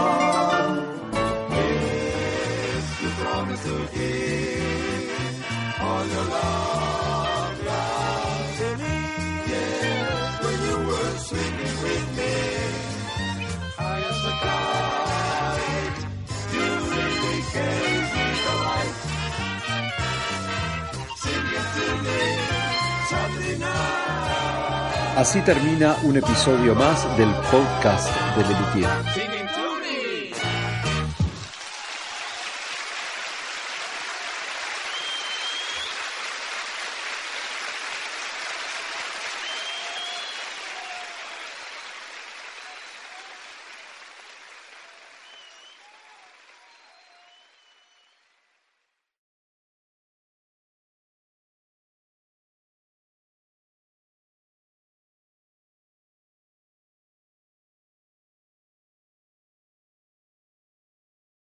To give all your love, love to me. Yeah, when you were sleeping with me, high as the kite, you really gave me the light. Sing it to me, softly now. Así termina un episodio más del podcast de Lelutier.